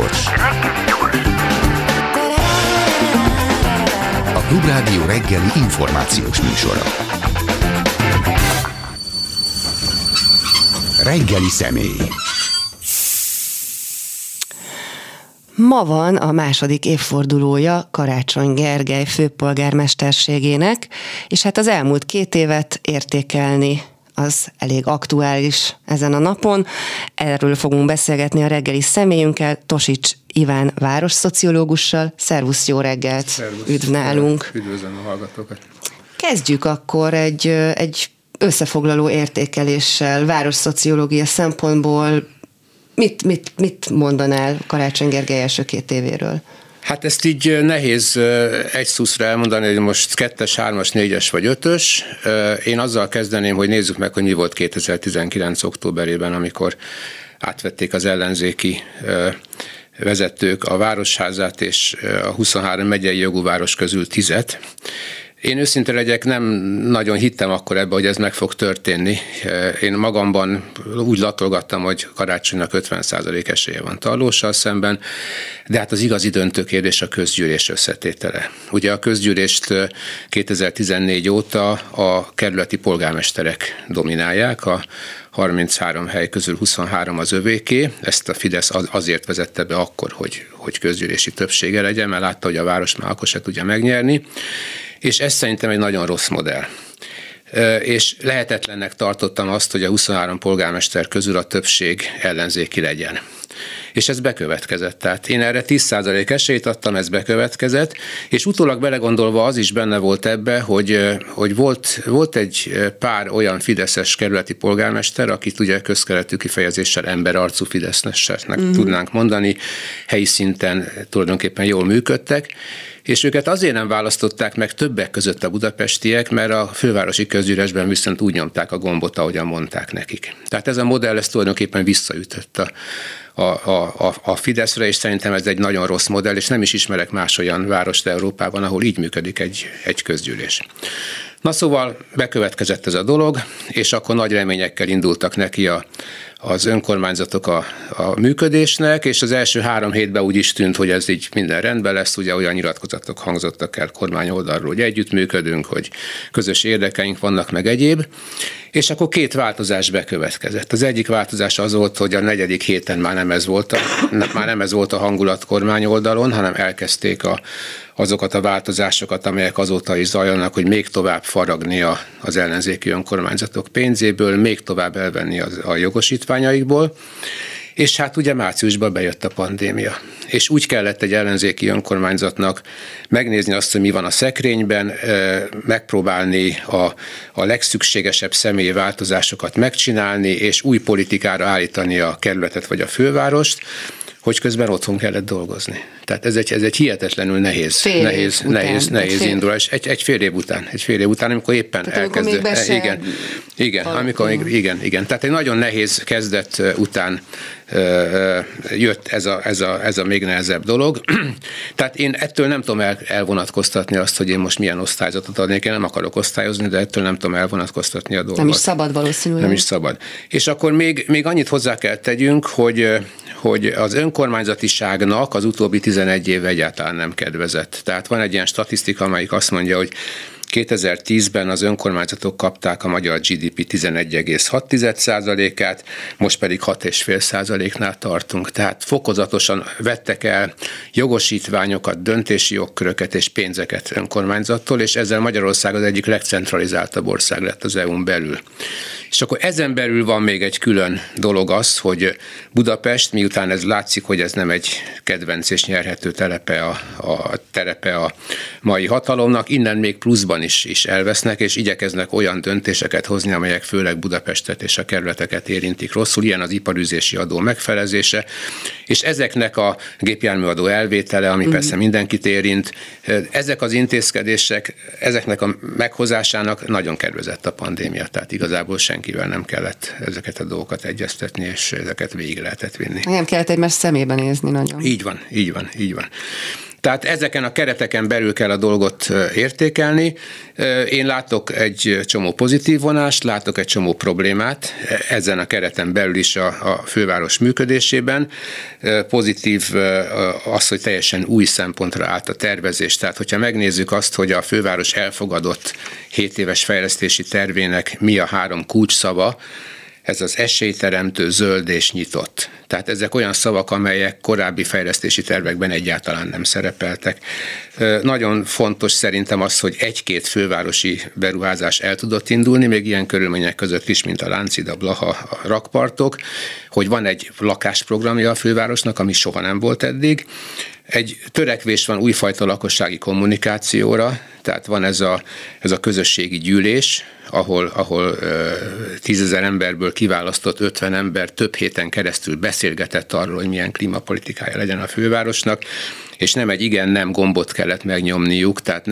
gyors. A Klubrádió reggeli információs műsora. Reggeli személy. Ma van a második évfordulója Karácsony Gergely főpolgármesterségének, és hát az elmúlt 2 évet értékelni az elég aktuális ezen a napon. Erről fogunk beszélgetni a reggeli személyünkkel, Tosics Iván városszociológussal. Szervusz, jó reggelt! Szervusz. Üdv nálunk! Üdvözlöm a hallgatókat! Kezdjük akkor egy összefoglaló értékeléssel városszociológia szempontból. Mit mondanál Karácsony Gergely első 2 évéről? Hát ezt így nehéz egy szuszra elmondani, hogy most 2-es, 3-as, 4-es vagy 5-ös. Én azzal kezdeném, hogy nézzük meg, hogy mi volt 2019. októberében, amikor átvették az ellenzéki vezetők a Városházát és a 23 megyei jogú város közül 10-et. Én őszinte legyek, nem nagyon hittem akkor ebbe, hogy ez meg fog történni. Én magamban úgy latolgattam, hogy Karácsonynak 50% esélye van Tarlóssal szemben, de hát az igazi döntő kérdés a közgyűlés összetétele. Ugye a közgyűlést 2014 óta a kerületi polgármesterek dominálják, a 33 hely közül 23 az övéké. Ezt a Fidesz azért vezette be akkor, hogy közgyűlési többsége legyen, mert látta, hogy a város már akkor se tudja megnyerni. És ez szerintem egy nagyon rossz modell. És lehetetlennek tartottam azt, hogy a 23 polgármester közül a többség ellenzéki legyen. És ez bekövetkezett. Tehát én erre 10% esélyt adtam, ez bekövetkezett, és utólag belegondolva az is benne volt ebbe, hogy volt egy pár olyan fideszes kerületi polgármester, akit ugye közkeletű kifejezéssel emberarcú fideszesnek tudnánk mondani, helyi szinten tulajdonképpen jól működtek, és őket azért nem választották meg többek között a budapestiek, mert a fővárosi közgyűlésben viszont úgy nyomták a gombot, ahogyan mondták nekik. Tehát ez a modell, ez tulajdonképpen visszaütött a Fideszre, és szerintem ez egy nagyon rossz modell, és nem is ismerek más olyan várost Európában, ahol így működik egy közgyűlés. Na szóval bekövetkezett ez a dolog, és akkor nagy reményekkel indultak neki az önkormányzatok a működésnek, és az első 3 hétben úgy is tűnt, hogy ez így minden rendben lesz, ugye olyan nyilatkozatok hangzottak el kormány oldalról, hogy együttműködünk, hogy közös érdekeink vannak, meg egyéb, és akkor 2 változás bekövetkezett. Az egyik változás az volt, hogy a 4. héten már nem ez volt a hangulat kormány oldalon, hanem elkezdték azokat a változásokat, amelyek azóta is zajlanak, hogy még tovább faragni az ellenzéki önkormányzatok pénzéből, még tovább elvenni a jogosítványaikból, és hát ugye márciusban bejött a pandémia. És úgy kellett egy ellenzéki önkormányzatnak megnézni azt, hogy mi van a szekrényben, megpróbálni a legszükségesebb személyi változásokat megcsinálni, és új politikára állítani a kerületet vagy a fővárost, hogy közben otthon kellett dolgozni. Tehát ez egy hihetetlenül nehéz indulás. Egy fél év után, amikor éppen elkezdődött. Igen. Tehát egy nagyon nehéz kezdet után jött ez a még nehezebb dolog. Tehát én ettől nem tudom elvonatkoztatni azt, hogy én most milyen osztályzatot adnék. Én nem akarok osztályozni, de ettől nem tudom elvonatkoztatni a dolgot. Nem is szabad valószínűleg. Nem is szabad. És akkor még annyit hozzá kell tegyünk, hogy az önkormányzatiságnak az utóbbi 11 év egyáltalán nem kedvezett. Tehát van egy ilyen statisztika, amelyik azt mondja, hogy 2010-ben az önkormányzatok kapták a magyar GDP 11,6%-át, most pedig 6,5%-nál tartunk. Tehát fokozatosan vettek el jogosítványokat, döntési jogköröket és pénzeket önkormányzattól, és ezzel Magyarország az egyik legcentralizáltabb ország lett az EU-n belül. És akkor ezen belül van még egy külön dolog az, hogy Budapest, miután ez látszik, hogy ez nem egy kedvenc és nyerhető terepe a mai hatalomnak, innen még pluszban is elvesznek, és igyekeznek olyan döntéseket hozni, amelyek főleg Budapestet és a kerületeket érintik rosszul, ilyen az iparűzési adó megfelezése, és ezeknek a gépjárműadó elvétele, ami persze mindenkit érint, ezek az intézkedések, ezeknek a meghozásának nagyon kedvezett a pandémia, tehát igazából senkivel nem kellett ezeket a dolgokat egyeztetni, és ezeket végig lehetett vinni. Nem kellett egymás szemébe nézni nagyon. Így van. Tehát ezeken a kereteken belül kell a dolgot értékelni. Én látok egy csomó pozitív vonást, látok egy csomó problémát ezen a kereten belül is a főváros működésében. Pozitív az, hogy teljesen új szempontra állt a tervezés. Tehát, hogyha megnézzük azt, hogy a főváros elfogadott 7 éves fejlesztési tervének mi a 3 kulcsszava, ez az esélyteremtő, zöld és nyitott. Tehát ezek olyan szavak, amelyek korábbi fejlesztési tervekben egyáltalán nem szerepeltek. Nagyon fontos szerintem az, hogy 1-2 fővárosi beruházás el tudott indulni, még ilyen körülmények között is, mint a Lánchíd, Blaha, a rakpartok, hogy van egy lakásprogramja a fővárosnak, ami soha nem volt eddig. Egy törekvés van újfajta lakossági kommunikációra, tehát van ez a közösségi gyűlés, ahol 10 000 emberből kiválasztott 50 ember több héten keresztül beszélgetett arról, hogy milyen klímapolitikája legyen a fővárosnak, és nem egy igen-nem gombot kellett megnyomniuk, tehát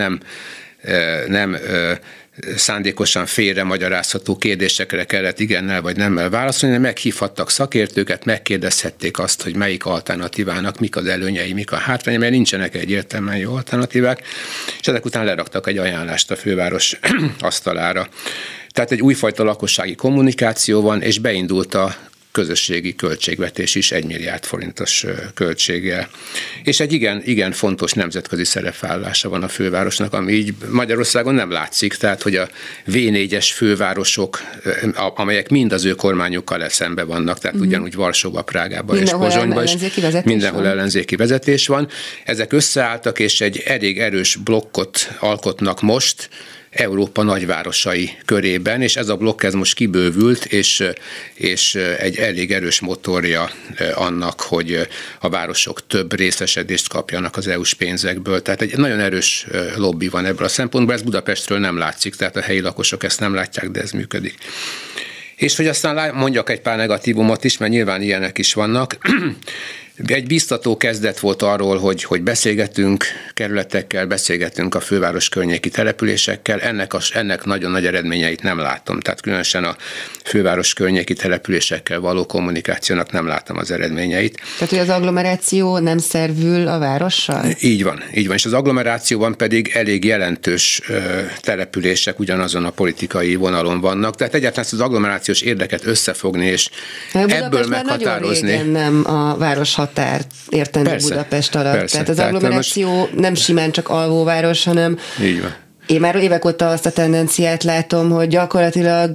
nem szándékosan félre magyarázható kérdésekre kellett igennel vagy nemmel válaszolni, de meghívhattak szakértőket, megkérdezhették azt, hogy melyik alternatívának mik az előnyei, mik a hátrányai, mert nincsenek egyértelműen jó alternatívák, és ezek után leraktak egy ajánlást a főváros asztalára. Tehát egy újfajta lakossági kommunikáció van, és beindult a közösségi költségvetés is 1 milliárd forintos költséggel. És egy igen fontos nemzetközi szerepvállalása van a fővárosnak, ami így Magyarországon nem látszik, tehát hogy a V4-es fővárosok, amelyek mind az ő kormányukkal szembe vannak, tehát ugyanúgy Varsóba, Prágába és Pozsonyba is, mindenhol ellenzéki vezetés van. Ezek összeálltak, és egy elég erős blokkot alkotnak most Európa nagyvárosai körében, és ez a blokk ez most kibővült, és egy elég erős motorja annak, hogy a városok több részesedést kapjanak az EU-s pénzekből. Tehát egy nagyon erős lobby van ebből a szempontból, ez Budapestről nem látszik, tehát a helyi lakosok ezt nem látják, de ez működik. És hogy aztán mondjak egy pár negatívumot is, mert nyilván ilyenek is vannak. Egy biztató kezdet volt arról, hogy beszélgetünk kerületekkel, beszélgetünk a főváros környéki településekkel, ennek nagyon nagy eredményeit nem látom. Tehát különösen a főváros környéki településekkel való kommunikációnak nem látom az eredményeit. Tehát, hogy az agglomeráció nem szervül a várossal? Így van. És az agglomerációban pedig elég jelentős települések ugyanazon a politikai vonalon vannak. Tehát egyáltalán ezt az agglomerációs érdeket összefogni és ebből meghatározni. Nagyon régen nem a város határ értendő Budapest alatt. Persze. Tehát az agglomeráció nem simán csak alvóváros, hanem így van. Én már évek óta azt a tendenciát látom, hogy gyakorlatilag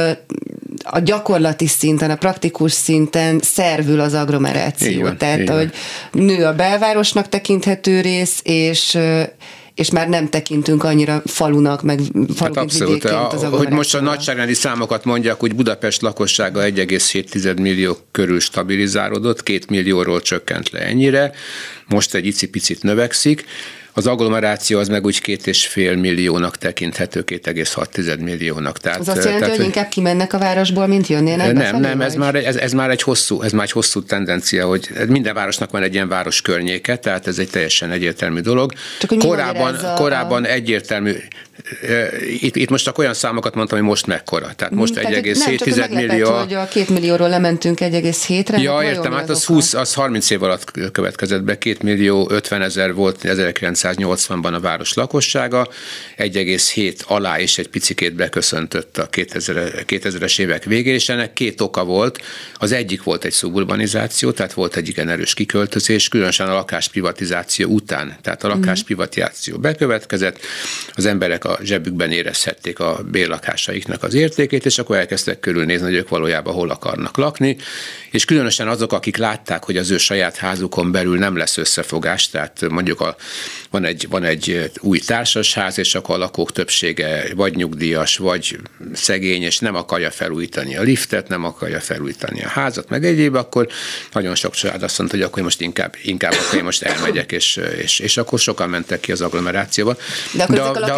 a gyakorlati szinten, a praktikus szinten szervül az agglomeráció. Tehát, hogy nő a belvárosnak tekinthető rész, és már nem tekintünk annyira falunak, meg faluként vidékként az agglomerációra. Hogy most a nagyságrendi számokat mondják, hogy Budapest lakossága 1,7 millió körül stabilizálódott, 2 millióról csökkent le ennyire, most egy icipicit növekszik. Az agglomeráció az meg úgy 2,5 milliónak tekinthető, 2,6 milliónak. Tehát, az azt jelenti, hogy inkább kimennek a városból, mint jönnének befelé? Nem, ez már egy hosszú tendencia, hogy minden városnak van egy ilyen város környéke, tehát ez egy teljesen egyértelmű dolog. Korábban egyértelmű, itt most csak olyan számokat mondtam, hogy most mekkora. Tehát most 1,7 millió. Hogy a 2 millióról lementünk 1,7-re. Ja, értem, hát az 30 év alatt következett be, 2 millió 50 000 volt 1980-ban a város lakossága, 1,7 alá is egy picikét beköszöntött a 2000-es évek végén, és ennek 2 oka volt. Az egyik volt egy szuburbanizáció, tehát volt egy igen erős kiköltözés, különösen a lakásprivatizáció után. Tehát a lakásprivatizáció bekövetkezett, az emberek a zsebükben érezhették a bérlakásaiknak az értékét, és akkor elkezdtek körülnézni, hogy ők valójában hol akarnak lakni, és különösen azok, akik látták, hogy az ő saját házukon belül nem lesz összefogás, tehát mondjuk van egy új társasház, és akkor a lakók többsége vagy nyugdíjas, vagy szegény, és nem akarja felújítani a liftet, nem akarja felújítani a házat, meg egyéb, akkor nagyon sok család azt mondta, hogy akkor most inkább akkor én most elmegyek, és akkor sokan mentek ki az agglomerációba. De a másik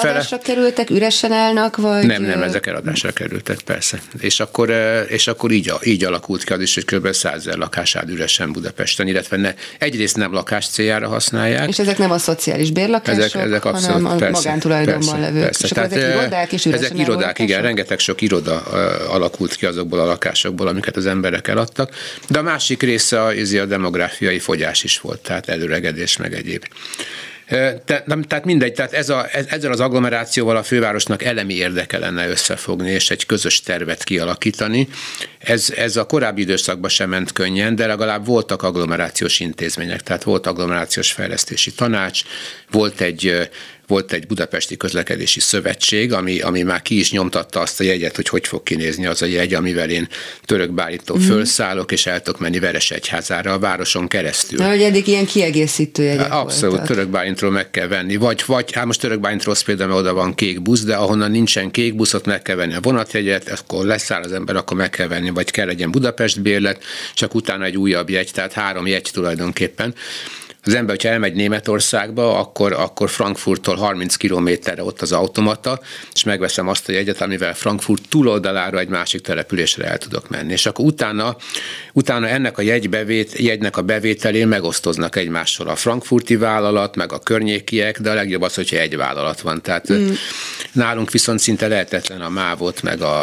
eladásra kerültek, üresen állnak, vagy? Nem, ezek eladásra kerültek, persze. És akkor így alakult ki az is, hogy kb. 100 000 lakás áll üresen Budapesten, illetve egyrészt nem lakás céljára használják. És ezek nem a szociális bérlakások, ezek abszolút, hanem a magántulajdonban levők. Persze. És akkor ezek irodák is üresen ezek irodák, igen, rengeteg sok iroda alakult ki azokból a lakásokból, amiket az emberek eladtak. De a másik része a demográfiai fogyás is volt, tehát előregedés meg egyéb. Tehát mindegy, tehát ezzel az agglomerációval a fővárosnak elemi érdeke lenne összefogni, és egy közös tervet kialakítani. Ez a korábbi időszakban sem ment könnyen, de legalább voltak agglomerációs intézmények, tehát volt agglomerációs fejlesztési tanács, volt egy budapesti közlekedési szövetség, ami már ki is nyomtatta azt a jegyet, hogy fog kinézni az a jegy, amivel én Török Bálintól fölszállok, és el tudok menni Veresegyházára a városon keresztül. Na, hogy eddig ilyen kiegészítő jegyek Abszolút, voltak. Török Bálintról meg kell venni. Vagy most Török Bálint rossz példa, mert oda van kék busz, de ahonnan nincsen kék busz, ott meg kell venni a vonatjegyet, akkor leszáll az ember, akkor meg kell venni, vagy kell legyen Budapest bérlet, csak utána egy újabb jegy, tehát 3 jegy tulajdonképpen. Az ember, hogyha elmegy Németországba, akkor Frankfurttól 30 kilométerre ott az automata, és megveszem azt a jegyet, amivel Frankfurt túloldalára egy másik településre el tudok menni. És akkor utána ennek a jegynek a bevételén megosztoznak egymással a frankfurti vállalat, meg a környékiek, de a legjobb az, hogyha egy vállalat van. Tehát nálunk viszont szinte lehetetlen a Mávot,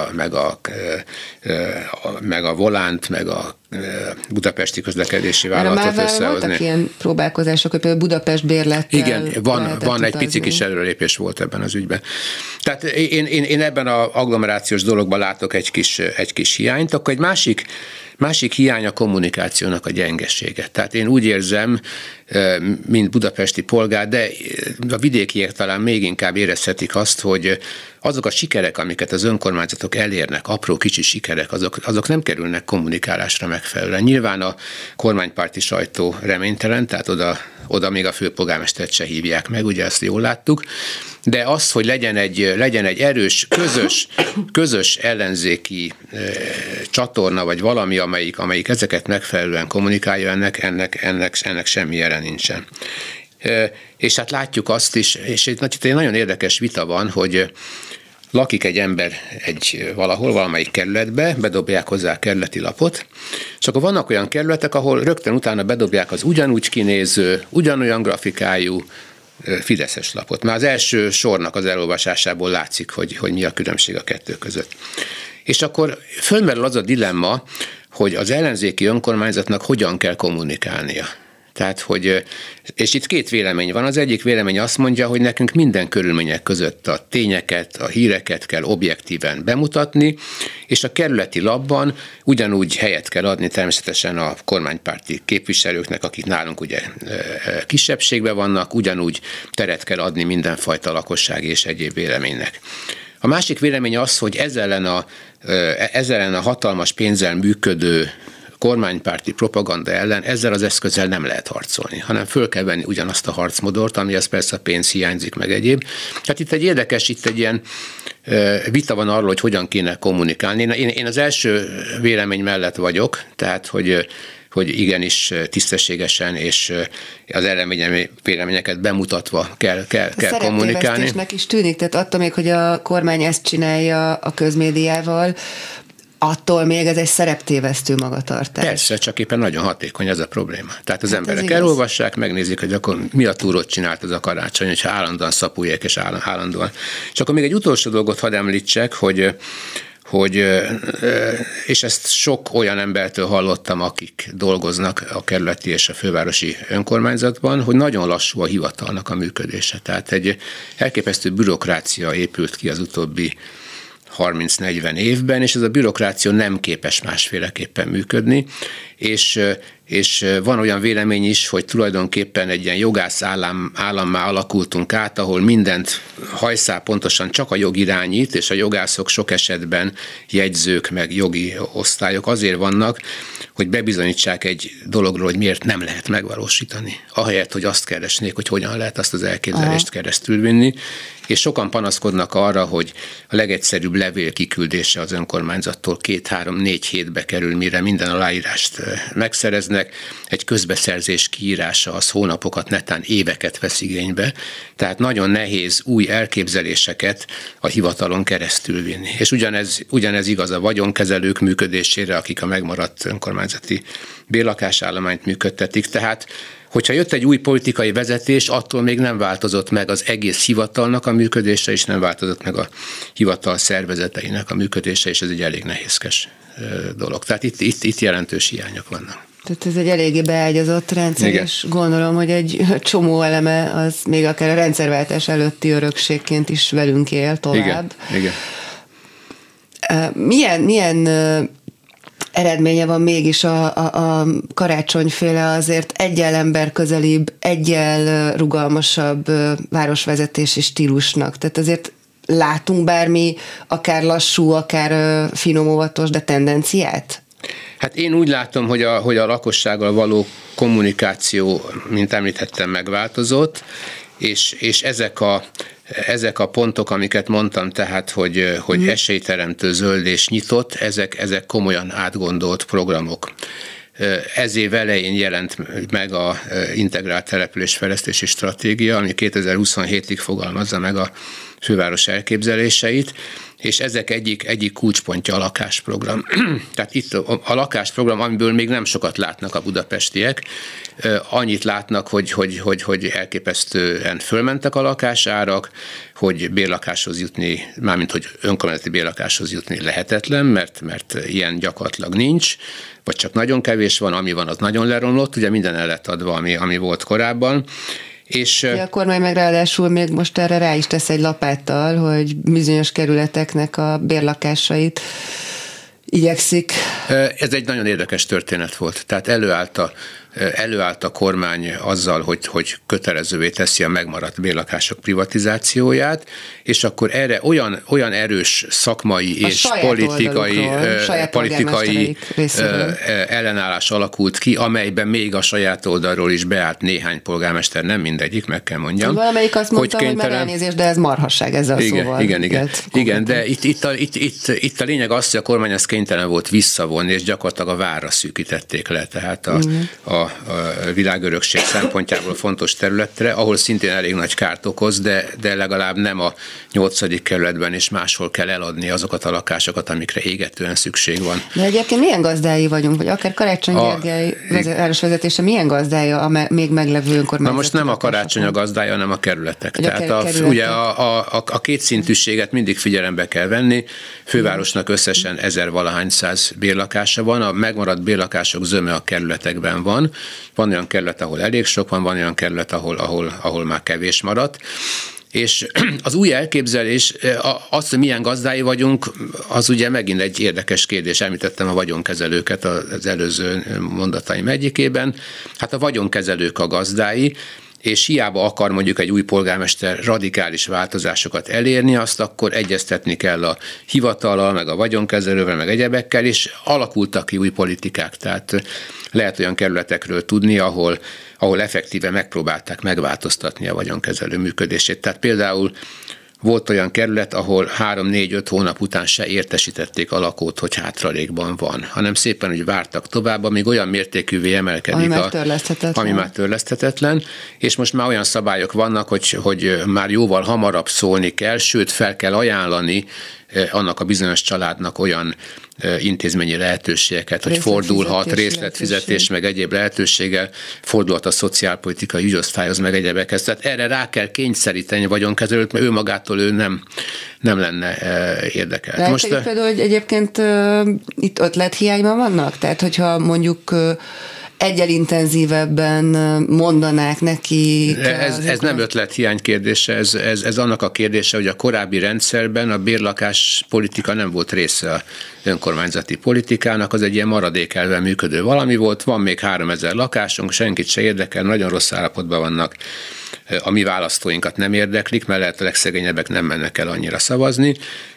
meg a Volánt, meg a budapesti közlekedési vállalatot összehozni. Voltak ilyen próbálkozások, hogy például Budapest bérlettel. Igen, van egy pici kis előrelépés volt ebben az ügyben. Tehát én ebben az agglomerációs dologban látok egy kis hiányt, akkor egy másik hiány a kommunikációnak a gyengesége. Tehát én úgy érzem, mint budapesti polgár, de a vidékiek talán még inkább érezhetik azt, hogy azok a sikerek, amiket az önkormányzatok elérnek, apró kicsi sikerek, azok nem kerülnek kommunikálásra megfelelően. Nyilván a kormánypárti sajtó reménytelen, tehát oda még a főpolgármestert se hívják meg, ugye ezt jól láttuk, de az, hogy legyen egy erős, közös ellenzéki csatorna, vagy valami, amelyik ezeket megfelelően kommunikálja, ennek semmi jele nincsen. És hát látjuk azt is, és itt egy nagyon érdekes vita van, hogy lakik egy ember valamelyik kerületbe, bedobják hozzá a kerületi lapot, és akkor vannak olyan kerületek, ahol rögtön utána bedobják az ugyanúgy kinéző, ugyanolyan grafikájú fideszes lapot. Már az első sornak az elolvasásából látszik, hogy mi a különbség a kettő között. És akkor fölmerül az a dilemma, hogy az ellenzéki önkormányzatnak hogyan kell kommunikálnia. Tehát, és itt 2 vélemény van. Az egyik vélemény azt mondja, hogy nekünk minden körülmények között a tényeket, a híreket kell objektíven bemutatni, és a kerületi lapban ugyanúgy helyet kell adni természetesen a kormánypárti képviselőknek, akik nálunk ugye kisebbségben vannak, ugyanúgy teret kell adni mindenfajta lakosság és egyéb véleménynek. A másik vélemény az, hogy ezzel ellen a hatalmas pénzzel működő kormánypárti propaganda ellen ezzel az eszközzel nem lehet harcolni, hanem föl kell venni ugyanazt a harcmodort, amihez persze a pénz hiányzik, meg egyéb. Tehát itt egy ilyen vita van arról, hogy hogyan kéne kommunikálni. Én az első vélemény mellett vagyok, tehát hogy igenis tisztességesen és az véleményeket bemutatva kell kommunikálni. Szereptévesztésnek is tűnik, tehát attól még, hogy a kormány ezt csinálja a közmédiával, attól még ez egy szereptévesztő magatartás. Persze, csak éppen nagyon hatékony ez a probléma. Tehát az emberek elolvassák, megnézik, hogy akkor mi a túrót csinált az a Karácsony, hogyha állandóan szapulják és állandóan. És akkor még egy utolsó dolgot hadd említsek, hogy és ezt sok olyan embertől hallottam, akik dolgoznak a kerületi és a fővárosi önkormányzatban, hogy nagyon lassú a hivatalnak a működése. Tehát egy elképesztő bürokrácia épült ki az utóbbi 30-40 évben, és ez a bürokrácia nem képes másféleképpen működni, és van olyan vélemény is, hogy tulajdonképpen egy ilyen jogász állammá alakultunk át, ahol mindent hajszál pontosan csak a jog irányít, és a jogászok sok esetben jegyzők meg jogi osztályok azért vannak, hogy bebizonyítsák egy dologról, hogy miért nem lehet megvalósítani. Ahelyett, hogy azt keresnék, hogy hogyan lehet azt az elképzelést keresztülvinni, és sokan panaszkodnak arra, hogy a legegyszerűbb levél kiküldése az önkormányzattól 2-3-4 hétbe kerül, mire minden aláírást megszereznek, épületnek egy közbeszerzés kiírása az hónapokat, netán éveket vesz igénybe, tehát nagyon nehéz új elképzeléseket a hivatalon keresztül vinni. És ugyanez igaz a vagyonkezelők működésére, akik a megmaradt önkormányzati bérlakásállományt működtetik. Tehát hogyha jött egy új politikai vezetés, attól még nem változott meg az egész hivatalnak a működése, és nem változott meg a hivatal szervezeteinek a működése, és ez egy elég nehézkes dolog. Tehát itt jelentős hiányok vannak. Tehát ez egy eléggé beágyazott rendszer, igen. És gondolom, hogy egy csomó eleme az még akár a rendszerváltás előtti örökségként is velünk él tovább. Igen. Milyen eredménye van mégis a karácsonyféle azért egyel emberközelibb, egyel rugalmasabb városvezetési stílusnak? Tehát azért látunk bármi, akár lassú, akár finom óvatos, de tendenciát? Hát én úgy látom, hogy a lakossággal való kommunikáció, mint említettem, megváltozott, és ezek a pontok, amiket mondtam, tehát, hogy esélyteremtő, zöld és nyitott, ezek komolyan átgondolt programok. Ez év elején jelent meg a integrált településfejlesztési stratégia, ami 2027-ig fogalmazza meg a főváros elképzeléseit, és ezek egyik kulcspontja a lakásprogram. Tehát itt a lakásprogram, amiből még nem sokat látnak a budapestiek, annyit látnak, hogy elképesztően fölmentek a lakásárak, hogy bérlakáshoz jutni, mármint hogy önkormányzati bérlakáshoz jutni lehetetlen, mert ilyen gyakorlatilag nincs, vagy csak nagyon kevés van, ami van, az nagyon leromlott, ugye minden el lett adva, ami volt korábban. És a kormány meg ráadásul még most erre rá is tesz egy lapáttal, hogy bizonyos kerületeknek a bérlakásait igyekszik. Ez egy nagyon érdekes történet volt. Tehát előállt a kormány azzal, hogy kötelezővé teszi a megmaradt bérlakások privatizációját, és akkor erre olyan erős szakmai és politikai ellenállás alakult ki, amelyben még a saját oldalról is beállt néhány polgármester, nem mindegyik, meg kell mondjam. Valamelyik azt mondta, hogy már elnézést, de ez marhasság ezzel a szóval. Igen, de itt a lényeg az, hogy a kormány ezt kénytelen volt visszavonni, és gyakorlatilag a várra szűkítették le, tehát a világörökség szempontjából fontos területre, ahol szintén elég nagy kárt okoz, de legalább nem a 8. kerületben és máshol kell eladni azokat a lakásokat, amikre égetően szükség van. De egyébként milyen gazdái vagyunk, vagy akár Karácsony Gergely városvezetése milyen gazdája a még meglevő önkormányzat? Na most nem a Karácsony a gazdája, hanem a kerületek. Tehát ugye a kétszintűséget mindig figyelembe kell venni. Fővárosnak összesen 1000-valahány-száz bérlakása van, a megmaradt bérlakások zöme a kerületekben van. Van olyan kerület, ahol elég sok van olyan kerület, ahol már kevés maradt. És az új elképzelés, az, hogy milyen gazdái vagyunk, az ugye megint egy érdekes kérdés. Említettem a vagyonkezelőket az előző mondataim egyikében. Hát a vagyonkezelők a gazdái, és hiába akar mondjuk egy új polgármester radikális változásokat elérni, azt akkor egyeztetni kell a hivatallal, meg a vagyonkezelővel, meg egyebekkel, és alakultak ki új politikák. Tehát lehet olyan kerületekről tudni, ahol effektíve megpróbálták megváltoztatni a vagyonkezelő működését. Tehát például volt olyan kerület, ahol 3-4-5 hónap után se értesítették a lakót, hogy hátralékban van, hanem szépen úgy vártak tovább, amíg olyan mértékűvé emelkedik, ami már törleszthetetlen, és most már olyan szabályok vannak, hogy már jóval hamarabb szólni kell, sőt fel kell ajánlani annak a bizonyos családnak olyan intézményi lehetőségeket, hogy fordulhat, részletfizetés, meg egyéb lehetőséggel, fordulhat a szociálpolitikai ügyosztályhoz, meg egyebekhez. Tehát erre rá kell kényszeríteni vagyonkezelőt, mert ő magától nem lenne érdekelt. Lehet például, hogy egyébként itt ötlethiányban vannak? Tehát, hogyha mondjuk egyel intenzívebben mondanák neki. Ez nem ötlethiány kérdése, ez annak a kérdése, hogy a korábbi rendszerben a bérlakás politika nem volt része a önkormányzati politikának, az egy ilyen maradékelven működő valami volt, van még 3000 lakásunk, senkit se érdekel, nagyon rossz állapotban vannak, a mi választóinkat nem érdeklik, mert lehet a legszegényebbek nem mennek el annyira szavazni,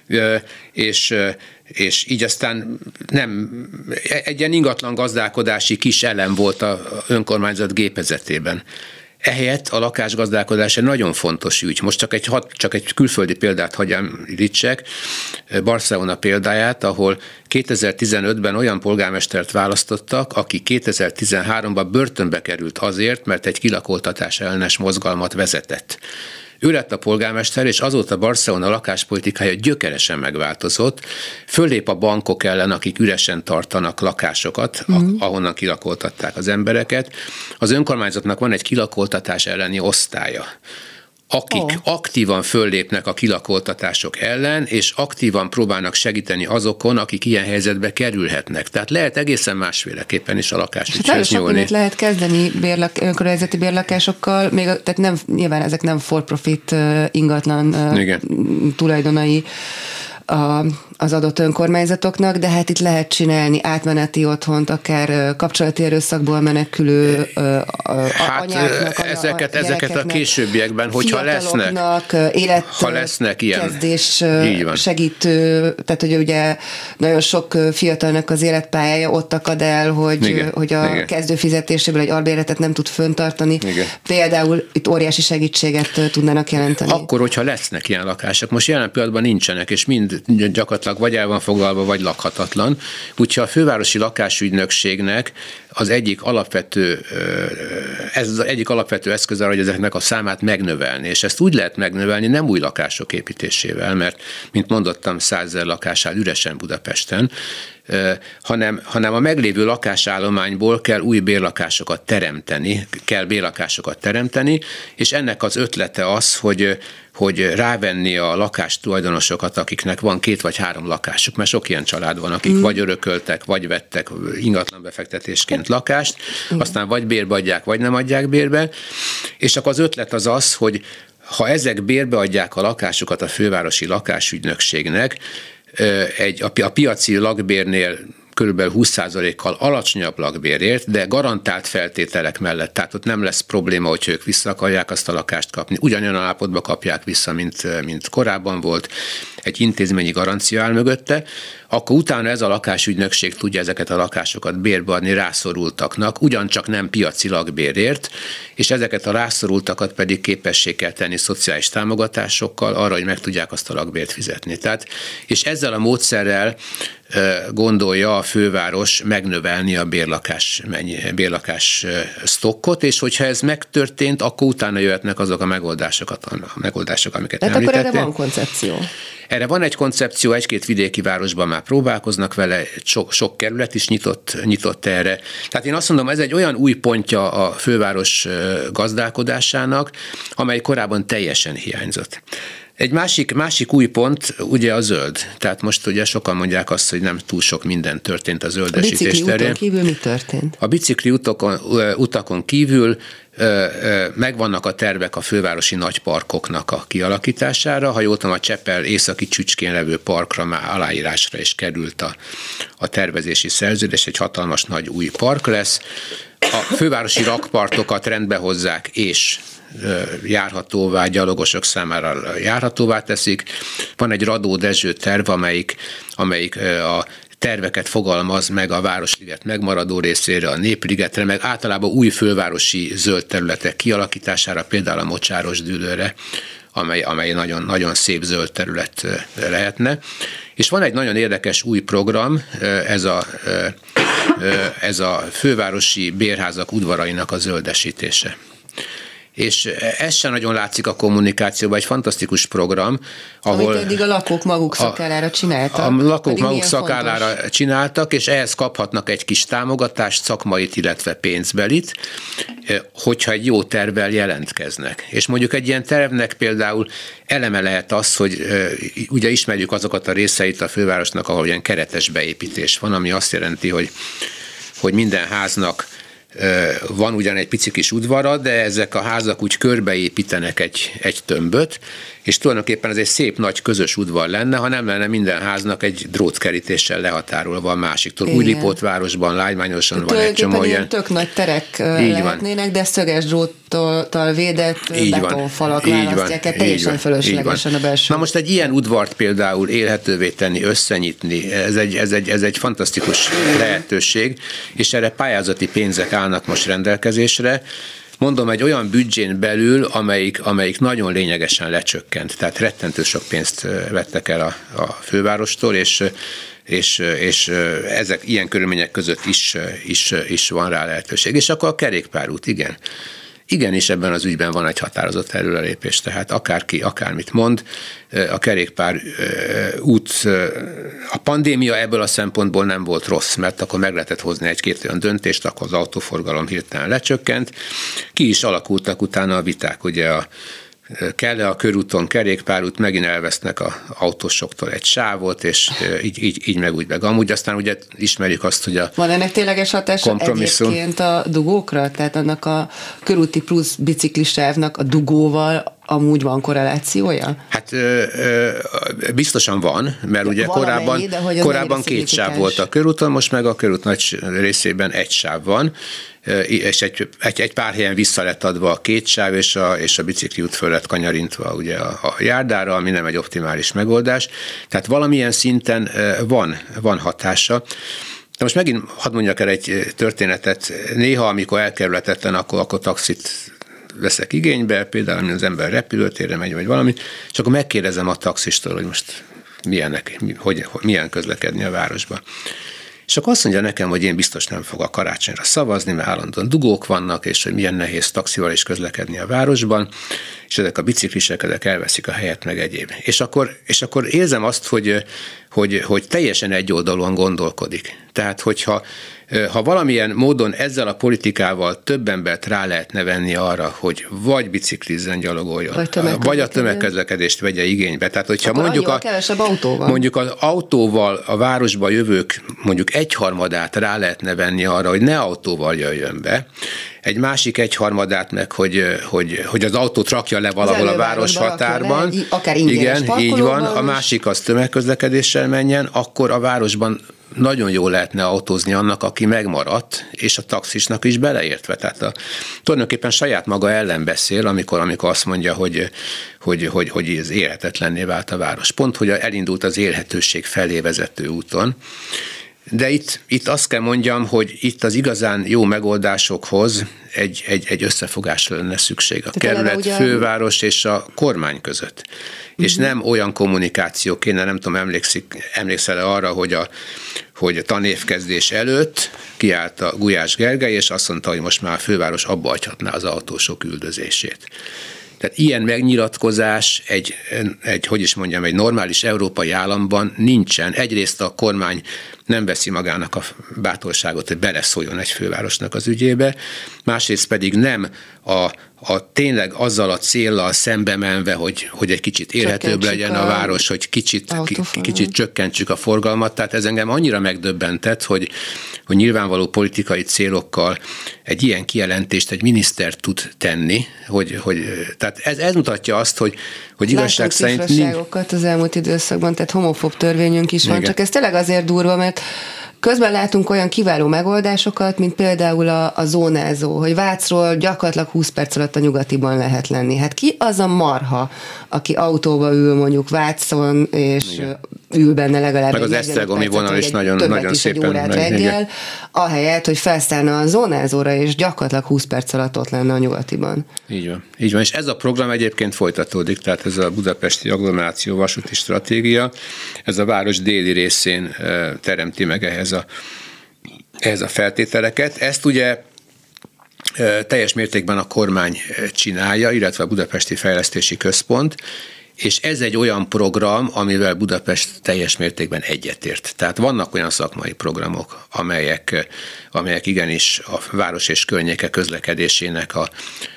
és így aztán nem, egy ilyen ingatlan gazdálkodási kis elem volt a önkormányzat gépezetében. Ehelyett a lakásgazdálkodás egy nagyon fontos ügy. Most csak egy külföldi példát hagyj említsek, Barcelona példáját, ahol 2015-ben olyan polgármestert választottak, aki 2013-ban börtönbe került azért, mert egy kilakoltatás ellenes mozgalmat vezetett. Ő lett a polgármester, és azóta Barcelona lakáspolitikája gyökeresen megváltozott. Föllép a bankok ellen, akik üresen tartanak lakásokat, ahonnan kilakoltatták az embereket. Az önkormányzatnak van egy kilakoltatás elleni osztálya, akik aktívan föllépnek a kilakoltatások ellen, és aktívan próbálnak segíteni azokon, akik ilyen helyzetbe kerülhetnek. Tehát lehet egészen másféleképpen is a lakásügyhöz nyúlni. Sok lehet kezdeni önkormányzati bérlakásokkal, tehát nem, nyilván ezek nem for-profit ingatlan tulajdonai az adott önkormányzatoknak, de hát itt lehet csinálni átmeneti otthont, akár kapcsolati erőszakból menekülő anyáknak, ezeket a későbbiekben, hogyha lesznek ilyen kezdés segítő, tehát hogy ugye nagyon sok fiatalnak az életpályája ott akad el, hogy a kezdőfizetéséből egy albérletet nem tud föntartani. Igen. Például itt óriási segítséget tudnának jelenteni. Akkor, hogyha lesznek ilyen lakások. Most jelen pillanatban nincsenek, és mind gyakorlatilag vagy el van foglalva, vagy lakhatatlan. Úgyhogy a fővárosi lakásügynökségnek az egyik alapvető eszköz arra, hogy ezeknek a számát megnövelni. És ezt úgy lehet megnövelni, nem új lakások építésével, mert, mint mondottam, 100 000 lakás áll üresen Budapesten, hanem a meglévő lakásállományból kell új bérlakásokat teremteni, és ennek az ötlete az, hogy rávenni a lakástulajdonosokat, akiknek van 2 vagy 3 lakásuk, mert sok ilyen család van, akik vagy örököltek, vagy vettek ingatlanbefektetésként lakást, aztán vagy bérbe adják, vagy nem adják bérbe, és akkor az ötlet az, hogy ha ezek bérbe adják a lakásukat a fővárosi lakásügynökségnek, a piaci lakbérnél körülbelül 20%-kal alacsonyabb lakbérért, de garantált feltételek mellett, tehát ott nem lesz probléma, hogy ők vissza akarják azt a lakást kapni. Ugyanolyan állapotba kapják vissza, mint korábban volt, egy intézményi garancia áll mögötte, akkor utána ez a lakásügynökség tudja ezeket a lakásokat bérbe adni rászorultaknak, ugyancsak nem piaci lakbérért, és ezeket a rászorultakat pedig képessé kell tenni szociális támogatásokkal arra, hogy meg tudják azt a lakbért fizetni. Tehát, és ezzel a módszerrel gondolja a főváros megnövelni a bérlakás sztokkot, és hogyha ez megtörtént, akkor utána jöhetnek azok a megoldások, amiket említettél. Tehát akkor erre van koncepció? Erre van egy koncepció, 1-2 vidéki városban már próbálkoznak vele, sok kerület is nyitott erre. Tehát én azt mondom, ez egy olyan új pontja a főváros gazdálkodásának, amely korábban teljesen hiányzott. Egy másik új pont ugye a zöld. Tehát most ugye sokan mondják azt, hogy nem túl sok minden történt a zöldesítés terén. A bicikli úton kívül mi történt? A bicikli utakon kívül megvannak a tervek a fővárosi nagyparkoknak a kialakítására. Ha jól tudom, a Csepel északi csücskén levő parkra már aláírásra is került a tervezési szerződés, egy hatalmas nagy új park lesz. A fővárosi rakpartokat rendbe hozzák, és járhatóvá, gyalogosok számára járhatóvá teszik. Van egy Radó Dezső terv, amelyik a terveket fogalmaz meg a Városliget megmaradó részére, a Népligetre, meg általában új fővárosi zöld területek kialakítására, például a Mocsáros-Dűlőre, amely nagyon, nagyon szép zöld terület lehetne. És van egy nagyon érdekes új program, ez a fővárosi bérházak udvarainak a zöldesítése. És ez sem nagyon látszik a kommunikációban, egy fantasztikus program, ahol... Amit eddig a lakók maguk szakállára csináltak. A lakók maguk szakállára csináltak, és ehhez kaphatnak egy kis támogatást, szakmait, illetve pénzbelit, hogyha egy jó tervvel jelentkeznek. És mondjuk egy ilyen tervnek például eleme lehet az, hogy ugye ismerjük azokat a részeit a fővárosnak, ahol ilyen keretes beépítés van, ami azt jelenti, hogy minden háznak van ugyan egy pici kis udvara, de ezek a házak úgy körbeépítenek egy tömböt, és tulajdonképpen ez egy szép nagy közös udvar lenne, ha nem lenne minden háznak egy drótkerítéssel lehatárolva a másiktól. Újlipótvárosban lágymányosan van egy csomó ilyen. Tök nagy terek lehetnének, de szöges dróttal védett betonfalak választják el teljesen fölöslegesen a belső. Na most egy ilyen udvart például élhetővé tenni, összenyitni, ez egy fantasztikus lehetőség, és erre pályázati pénzek állnak most rendelkezésre. mondom, egy olyan büdzsén belül, amelyik nagyon lényegesen lecsökkent. Tehát rettentő sok pénzt vettek el a fővárostól, és ezek ilyen körülmények között is van rá lehetőség. És akkor a kerékpárút, igen. Igenis ebben az ügyben van egy határozott előrelépés, tehát akárki, akármit mond, a kerékpár út, a pandémia ebből a szempontból nem volt rossz, mert akkor meg lehetett hozni egy-két olyan döntést, akkor az autóforgalom hirtelen lecsökkent. Ki is alakultak utána a viták, ugye kell-e a körúton kerékpárút, megint elvesznek az autósoktól egy sávot, és így meg úgy meg. Amúgy aztán ugye ismerjük azt, hogy van ennek tényleges hatása egyébként a dugókra? Tehát annak a körúti plusz biciklissávnak a dugóval amúgy van korrelációja? Hát biztosan van, mert ugye korábban két sáv volt a körúton, most meg a körút nagy részében egy sáv van, és egy pár helyen vissza lett adva a két sáv, és a bicikliút föl lett kanyarintva ugye a járdára, ami nem egy optimális megoldás. Tehát valamilyen szinten van hatása. De most megint hadd mondjak el egy történetet. Néha, amikor elkerülhetetlen, akkor taxit veszek igénybe, például az ember repülőtérre megy, vagy valami, és akkor megkérdezem a taxistól, hogy most milyen közlekedni a városba. És akkor azt mondja nekem, hogy én biztos nem fogok karácsonyra szavazni, mert állandóan dugók vannak, és hogy milyen nehéz taxival is közlekedni a városban, és ezek a biciklisek, ezek elveszik a helyet, meg egyéb. És akkor érzem azt, hogy teljesen egyoldalúan gondolkodik. Tehát, hogyha valamilyen módon ezzel a politikával több embert rá lehetne venni arra, hogy vagy biciklizzen, gyalogoljon, vagy a tömegközlekedést vegye igénybe. Tehát, hogyha mondjuk az autóval a városba jövők mondjuk 1/3 rá lehetne venni arra, hogy ne autóval jöjjön be, egy másik 1/3 meg, hogy az autót rakja le valahol a város határban. Akár ingyenes igen, így van. A másik az tömegközlekedéssel menjen, akkor a városban nagyon jól lehetne autózni annak, aki megmaradt, és a taxisnak is beleértve. Tehát tulajdonképpen saját maga ellen beszél, amikor azt mondja, hogy ez élhetetlenné vált a város. Pont, hogy elindult az élhetőség felé vezető úton. De itt azt kell mondjam, hogy itt az igazán jó megoldásokhoz egy összefogásra lenne szükség a kerület, főváros és a kormány között. És nem olyan kommunikáció kéne, nem tudom, emlékszel arra, hogy a tanévkezdés előtt kiállt a Gulyás Gergely, és azt mondta, hogy most már a főváros abba hagyhatná az autósok üldözését. Tehát ilyen megnyilatkozás egy normális európai államban nincsen. Egyrészt a kormány nem veszi magának a bátorságot, hogy beleszóljon egy fővárosnak az ügyébe, másrészt pedig nem tényleg azzal a céllal szembe menve, hogy egy kicsit élhetőbb legyen a város, hogy kicsit csökkentsük a forgalmat. Tehát ez engem annyira megdöbbentett, hogy nyilvánvaló politikai célokkal egy ilyen kijelentést egy miniszter tud tenni, tehát ez mutatja azt, hogy igazság szerint... Látunk az elmúlt időszakban, tehát homofób törvényünk is van, csak ez tényleg azért durva, mert közben látunk olyan kiváló megoldásokat, mint például a zónázó, hogy Vácról gyakorlatilag 20 perc alatt a Nyugatiban lehet lenni. Hát ki az a marha, aki autóba ül mondjuk Vácon, és ül benne legalább meg az esztergomi vonal is nagyon szépen reggel, ahelyett, hogy felszállna a zónázóra, és gyakorlatilag 20 perc alatt ott lenne a Nyugatiban. Így van. És ez a program egyébként folytatódik, tehát ez a budapesti agglomeráció vasúti stratégia, ez a város déli részén teremti meg ehhez a feltételeket. Ezt ugye teljes mértékben a kormány csinálja, illetve a Budapesti Fejlesztési Központ, és ez egy olyan program, amivel Budapest teljes mértékben egyetért. Tehát vannak olyan szakmai programok, amelyek igenis a város és környéke közlekedésének a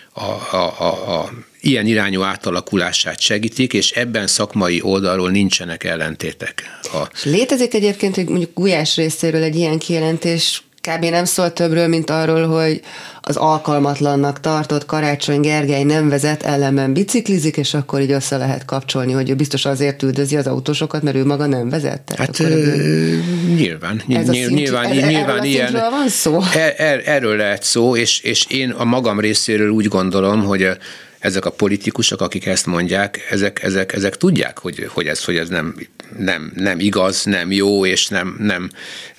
ilyen irányú átalakulását segítik, és ebben szakmai oldalról nincsenek ellentétek. Létezik egyébként, hogy mondjuk Gulyás részéről egy ilyen kijelentés kb. Nem szól többről, mint arról, hogy az alkalmatlannak tartott Karácsony Gergely nem vezet, ellenben biciklizik, és akkor így össze lehet kapcsolni, hogy ő biztos azért üldözi az autósokat, mert ő maga nem vezet. Tehát hát nyilván ilyen. Van szó? Erről lehet szó, és én a magam részéről úgy gondolom, hogy ezek a politikusok, akik ezt mondják, ezek tudják, hogy ez nem igaz, nem jó, és nem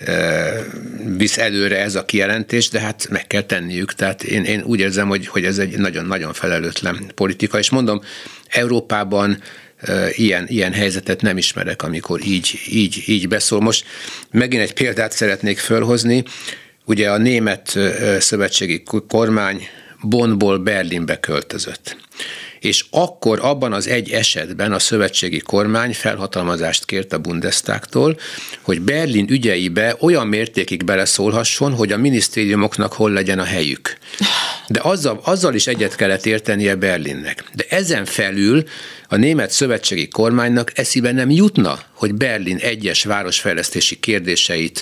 visz előre ez a kijelentés, de hát meg kell tenniük. Tehát én úgy érzem, hogy ez egy nagyon-nagyon felelőtlen politika, és mondom, Európában ilyen helyzetet nem ismerek, amikor így beszól. Most megint egy példát szeretnék fölhozni. Ugye a német szövetségi kormány Bonnból Berlinbe költözött. És akkor abban az egy esetben a szövetségi kormány felhatalmazást kért a Bundestagtól, hogy Berlin ügyeibe olyan mértékig beleszólhasson, hogy a minisztériumoknak hol legyen a helyük. De azzal is egyet kellett értenie Berlinnek. De ezen felül a német szövetségi kormánynak eszébe nem jutna, hogy Berlin egyes városfejlesztési kérdéseit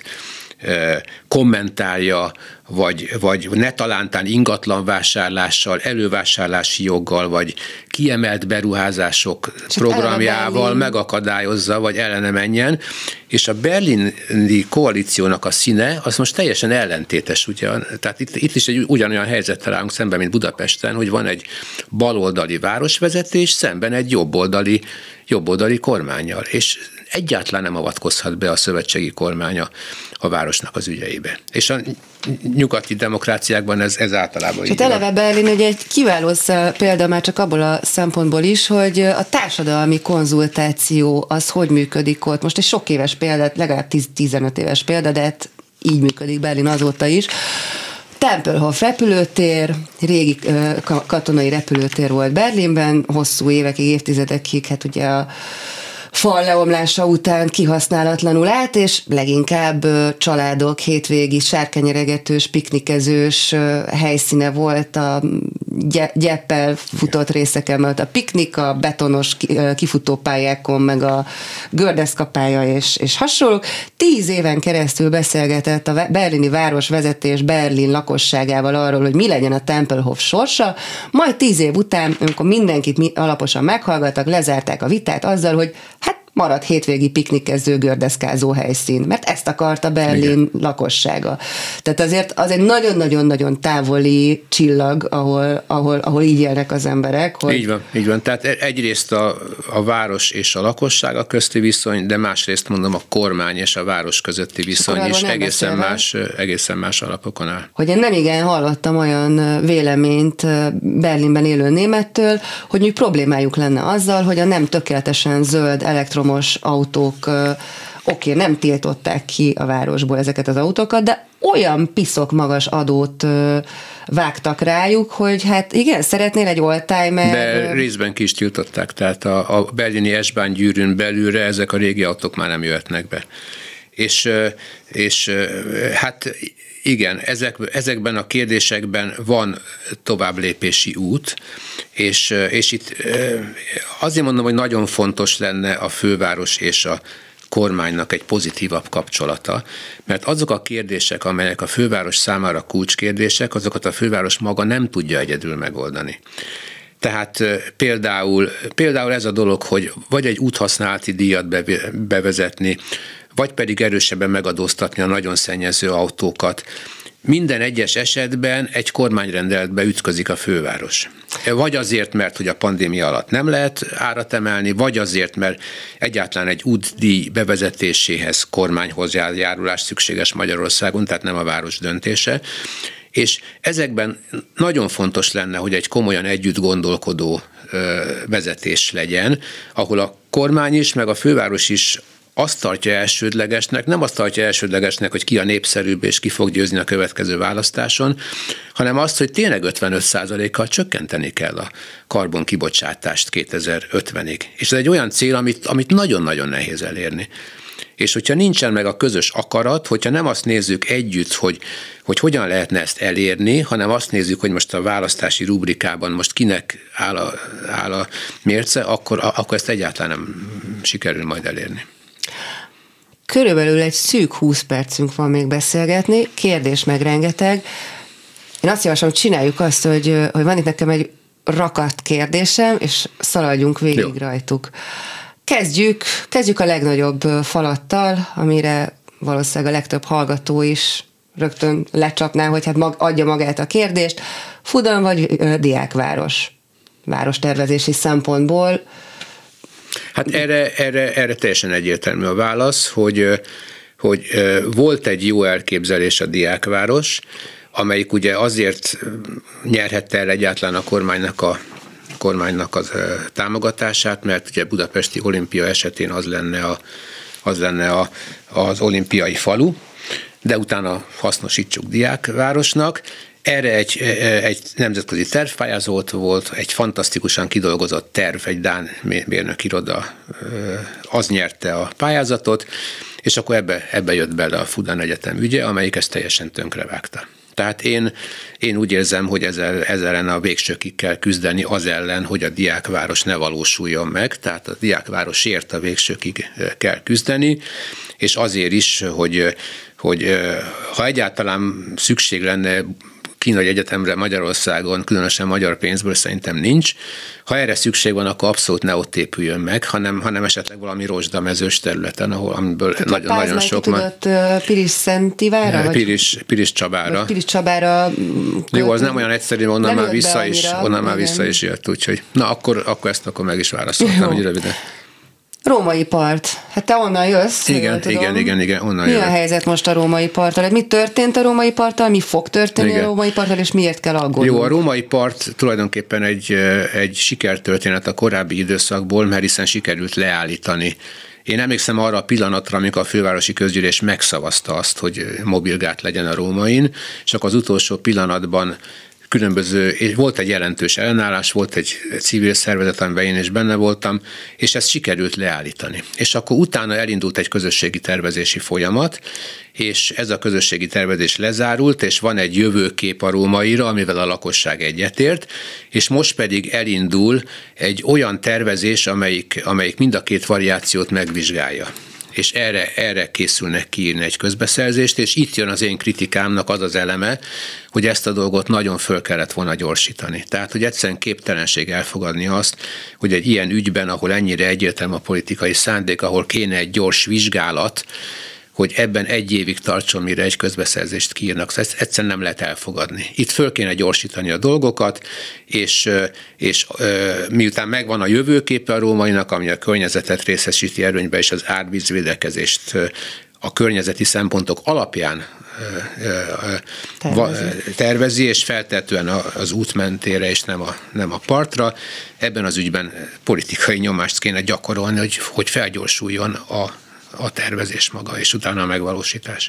kommentálja, vagy netalántán ingatlanvásárlással, elővásárlási joggal, vagy kiemelt beruházások programjával megakadályozza, vagy ellene menjen, és a berlini koalíciónak a színe az most teljesen ellentétes. Ugye? Tehát itt is egy ugyanolyan helyzettel állunk szemben, mint Budapesten, hogy van egy baloldali városvezetés, szemben egy jobboldali kormánnyal, és egyáltalán nem avatkozhat be a szövetségi kormánya a városnak az ügyeibe. És a nyugati demokráciákban ez általában így van. Eleve Berlin ugye egy kiváló példa már csak abból a szempontból is, hogy a társadalmi konzultáció az hogy működik ott. Most egy sok éves példa, legalább 10-15 éves példa, de hát így működik Berlin azóta is. Tempelhof repülőtér, régi katonai repülőtér volt Berlinben, hosszú évekig, évtizedekig, hát ugye a fal leomlása után kihasználatlanul állt, és leginkább családok hétvégi sárkanyeregetős, piknikezős helyszíne volt, a gyeppel futott részeken, mert a piknik, a betonos kifutópályákon, meg a gördeszkapálya és hasonlók. 10 éven keresztül beszélgetett a berlini városvezetés Berlin lakosságával arról, hogy mi legyen a Tempelhof sorsa, majd 10 év után, amikor mindenkit alaposan meghallgattak, lezárták a vitát azzal, hogy hát marad hétvégi piknikező, gördeszkázó helyszín, mert ezt akarta Berlin lakossága. Tehát azért az egy nagyon-nagyon-nagyon távoli csillag, ahol így élnek az emberek. Hogy... Így van. Tehát egyrészt a város és a lakossága közti viszony, de másrészt mondom a kormány és a város közötti viszony is egészen más alapokon áll. Hogy én nem igen hallottam olyan véleményt Berlinben élő némettől, hogy mi problémájuk lenne azzal, hogy a nem tökéletesen zöld elektromos autók, nem tiltották ki a városból ezeket az autókat, de olyan piszok magas adót vágtak rájuk, hogy hát igen, szeretnél egy oldtimer. De részben ki is tiltották, tehát a berlini S-Bahn gyűrűn belülre ezek a régi autók már nem jöhetnek be. És hát igen, ezekben a kérdésekben van továbblépési út, és itt azért mondom, hogy nagyon fontos lenne a főváros és a kormánynak egy pozitívabb kapcsolata, mert azok a kérdések, amelyek a főváros számára kulcskérdések, azokat a főváros maga nem tudja egyedül megoldani. Tehát például ez a dolog, hogy vagy egy úthasználati díjat bevezetni, vagy pedig erősebben megadóztatni a nagyon szennyező autókat. Minden egyes esetben egy kormányrendeletbe ütközik a főváros. Vagy azért, mert hogy a pandémia alatt nem lehet árat emelni, vagy azért, mert egyáltalán egy útdíj bevezetéséhez kormányhozzájárulás szükséges Magyarországon, tehát nem a város döntése. És ezekben nagyon fontos lenne, hogy egy komolyan együtt gondolkodó vezetés legyen, ahol a kormány is, meg a főváros is azt tartja elsődlegesnek, nem azt tartja elsődlegesnek, hogy ki a népszerűbb és ki fog győzni a következő választáson, hanem azt, hogy tényleg 55%-kal csökkenteni kell a karbonkibocsátást 2050-ig. És ez egy olyan cél, amit nagyon-nagyon nehéz elérni. És hogyha nincsen meg a közös akarat, hogyha nem azt nézzük együtt, hogy hogyan lehetne ezt elérni, hanem azt nézzük, hogy most a választási rubrikában most kinek áll a mérce, akkor ezt egyáltalán nem sikerül majd elérni. Körülbelül egy szűk 20 percünk van még beszélgetni, kérdés meg rengeteg. Én azt javaslom, csináljuk azt, hogy van itt nekem egy rakat kérdésem, és szaladjunk végig rajtuk. Kezdjük a legnagyobb falattal, amire valószínűleg a legtöbb hallgató is rögtön lecsapná, hogy hát adja magát a kérdést. Fudan vagy diákváros? várostervezési szempontból? Hát erre teljesen egyértelmű a válasz, hogy volt egy jó elképzelés a diákváros, amelyik ugye azért nyerhette el egyáltalán a kormánynak az támogatását, mert ugye Budapesti Olimpia esetén az lenne az olimpiai falu, de utána hasznosítsuk diákvárosnak. Erre egy nemzetközi tervpályázat volt, egy fantasztikusan kidolgozott terv, egy dán mérnökiroda, az nyerte a pályázatot, és akkor ebbe jött bele a Fudan Egyetem ügye, amelyik ezt teljesen tönkrevágta. Tehát én úgy érzem, hogy ezzel ellen a végsőkig kell küzdeni, az ellen, hogy a diákváros ne valósuljon meg, tehát a diákvárosért a végsőkig kell küzdeni, és azért is, hogy ha egyáltalán szükség lenne kínai egyetemre Magyarországon, különösen magyar pénzből szerintem nincs. Ha erre szükség van, akkor abszolút ne ott épüljön meg, hanem esetleg valami rozsdamezős területen, amiből nagyon sok van. Pilis Szentivára? Pilis Csabára. Pilis Csabára. Jó, az nem olyan egyszerű, onnan már vissza is jött, úgyhogy na, akkor ezt meg is válaszoltam, hogy röviden. Római part. Hát te onnan jössz. Igen, onnan Mi a helyzet most a Római parttal? Mi történt a Római parttal, mi fog történni a Római parttal, és miért kell aggódni? Jó, a Római part tulajdonképpen egy sikertörténet a korábbi időszakból, mert hiszen sikerült leállítani. Én emlékszem arra a pillanatra, amikor a fővárosi közgyűlés megszavazta azt, hogy mobilgát legyen a Rómain, és akkor az utolsó pillanatban volt egy jelentős ellenállás, volt egy civil szervezet, amiben én is benne voltam, és ezt sikerült leállítani. És akkor utána elindult egy közösségi tervezési folyamat, és ez a közösségi tervezés lezárult, és van egy jövőkép a Rómaira, amivel a lakosság egyetért, és most pedig elindul egy olyan tervezés, amelyik mind a két variációt megvizsgálja. És erre készülnek kiírni egy közbeszerzést, és itt jön az én kritikámnak az az eleme, hogy ezt a dolgot nagyon föl kellett volna gyorsítani. Tehát, hogy egyszerűen képtelenség elfogadni azt, hogy egy ilyen ügyben, ahol ennyire egyértelmű a politikai szándék, ahol kéne egy gyors vizsgálat, hogy ebben egy évig tartson, mire egy közbeszerzést kiírnak. Szóval ezt egyszerűen nem lehet elfogadni. Itt föl kéne gyorsítani a dolgokat, és miután megvan a jövőképe a Rómainak, ami a környezetet részesíti előnybe, és az árvízvédekezést a környezeti szempontok alapján tervezi, és feltetően az út mentére, és nem a partra. Ebben az ügyben politikai nyomást kéne gyakorolni, hogy felgyorsuljon a tervezés maga, és utána a megvalósítás.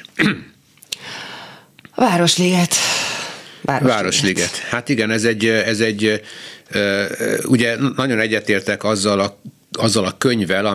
Városliget. Hát igen, ez egy ugye nagyon egyetértek azzal a könyvvel,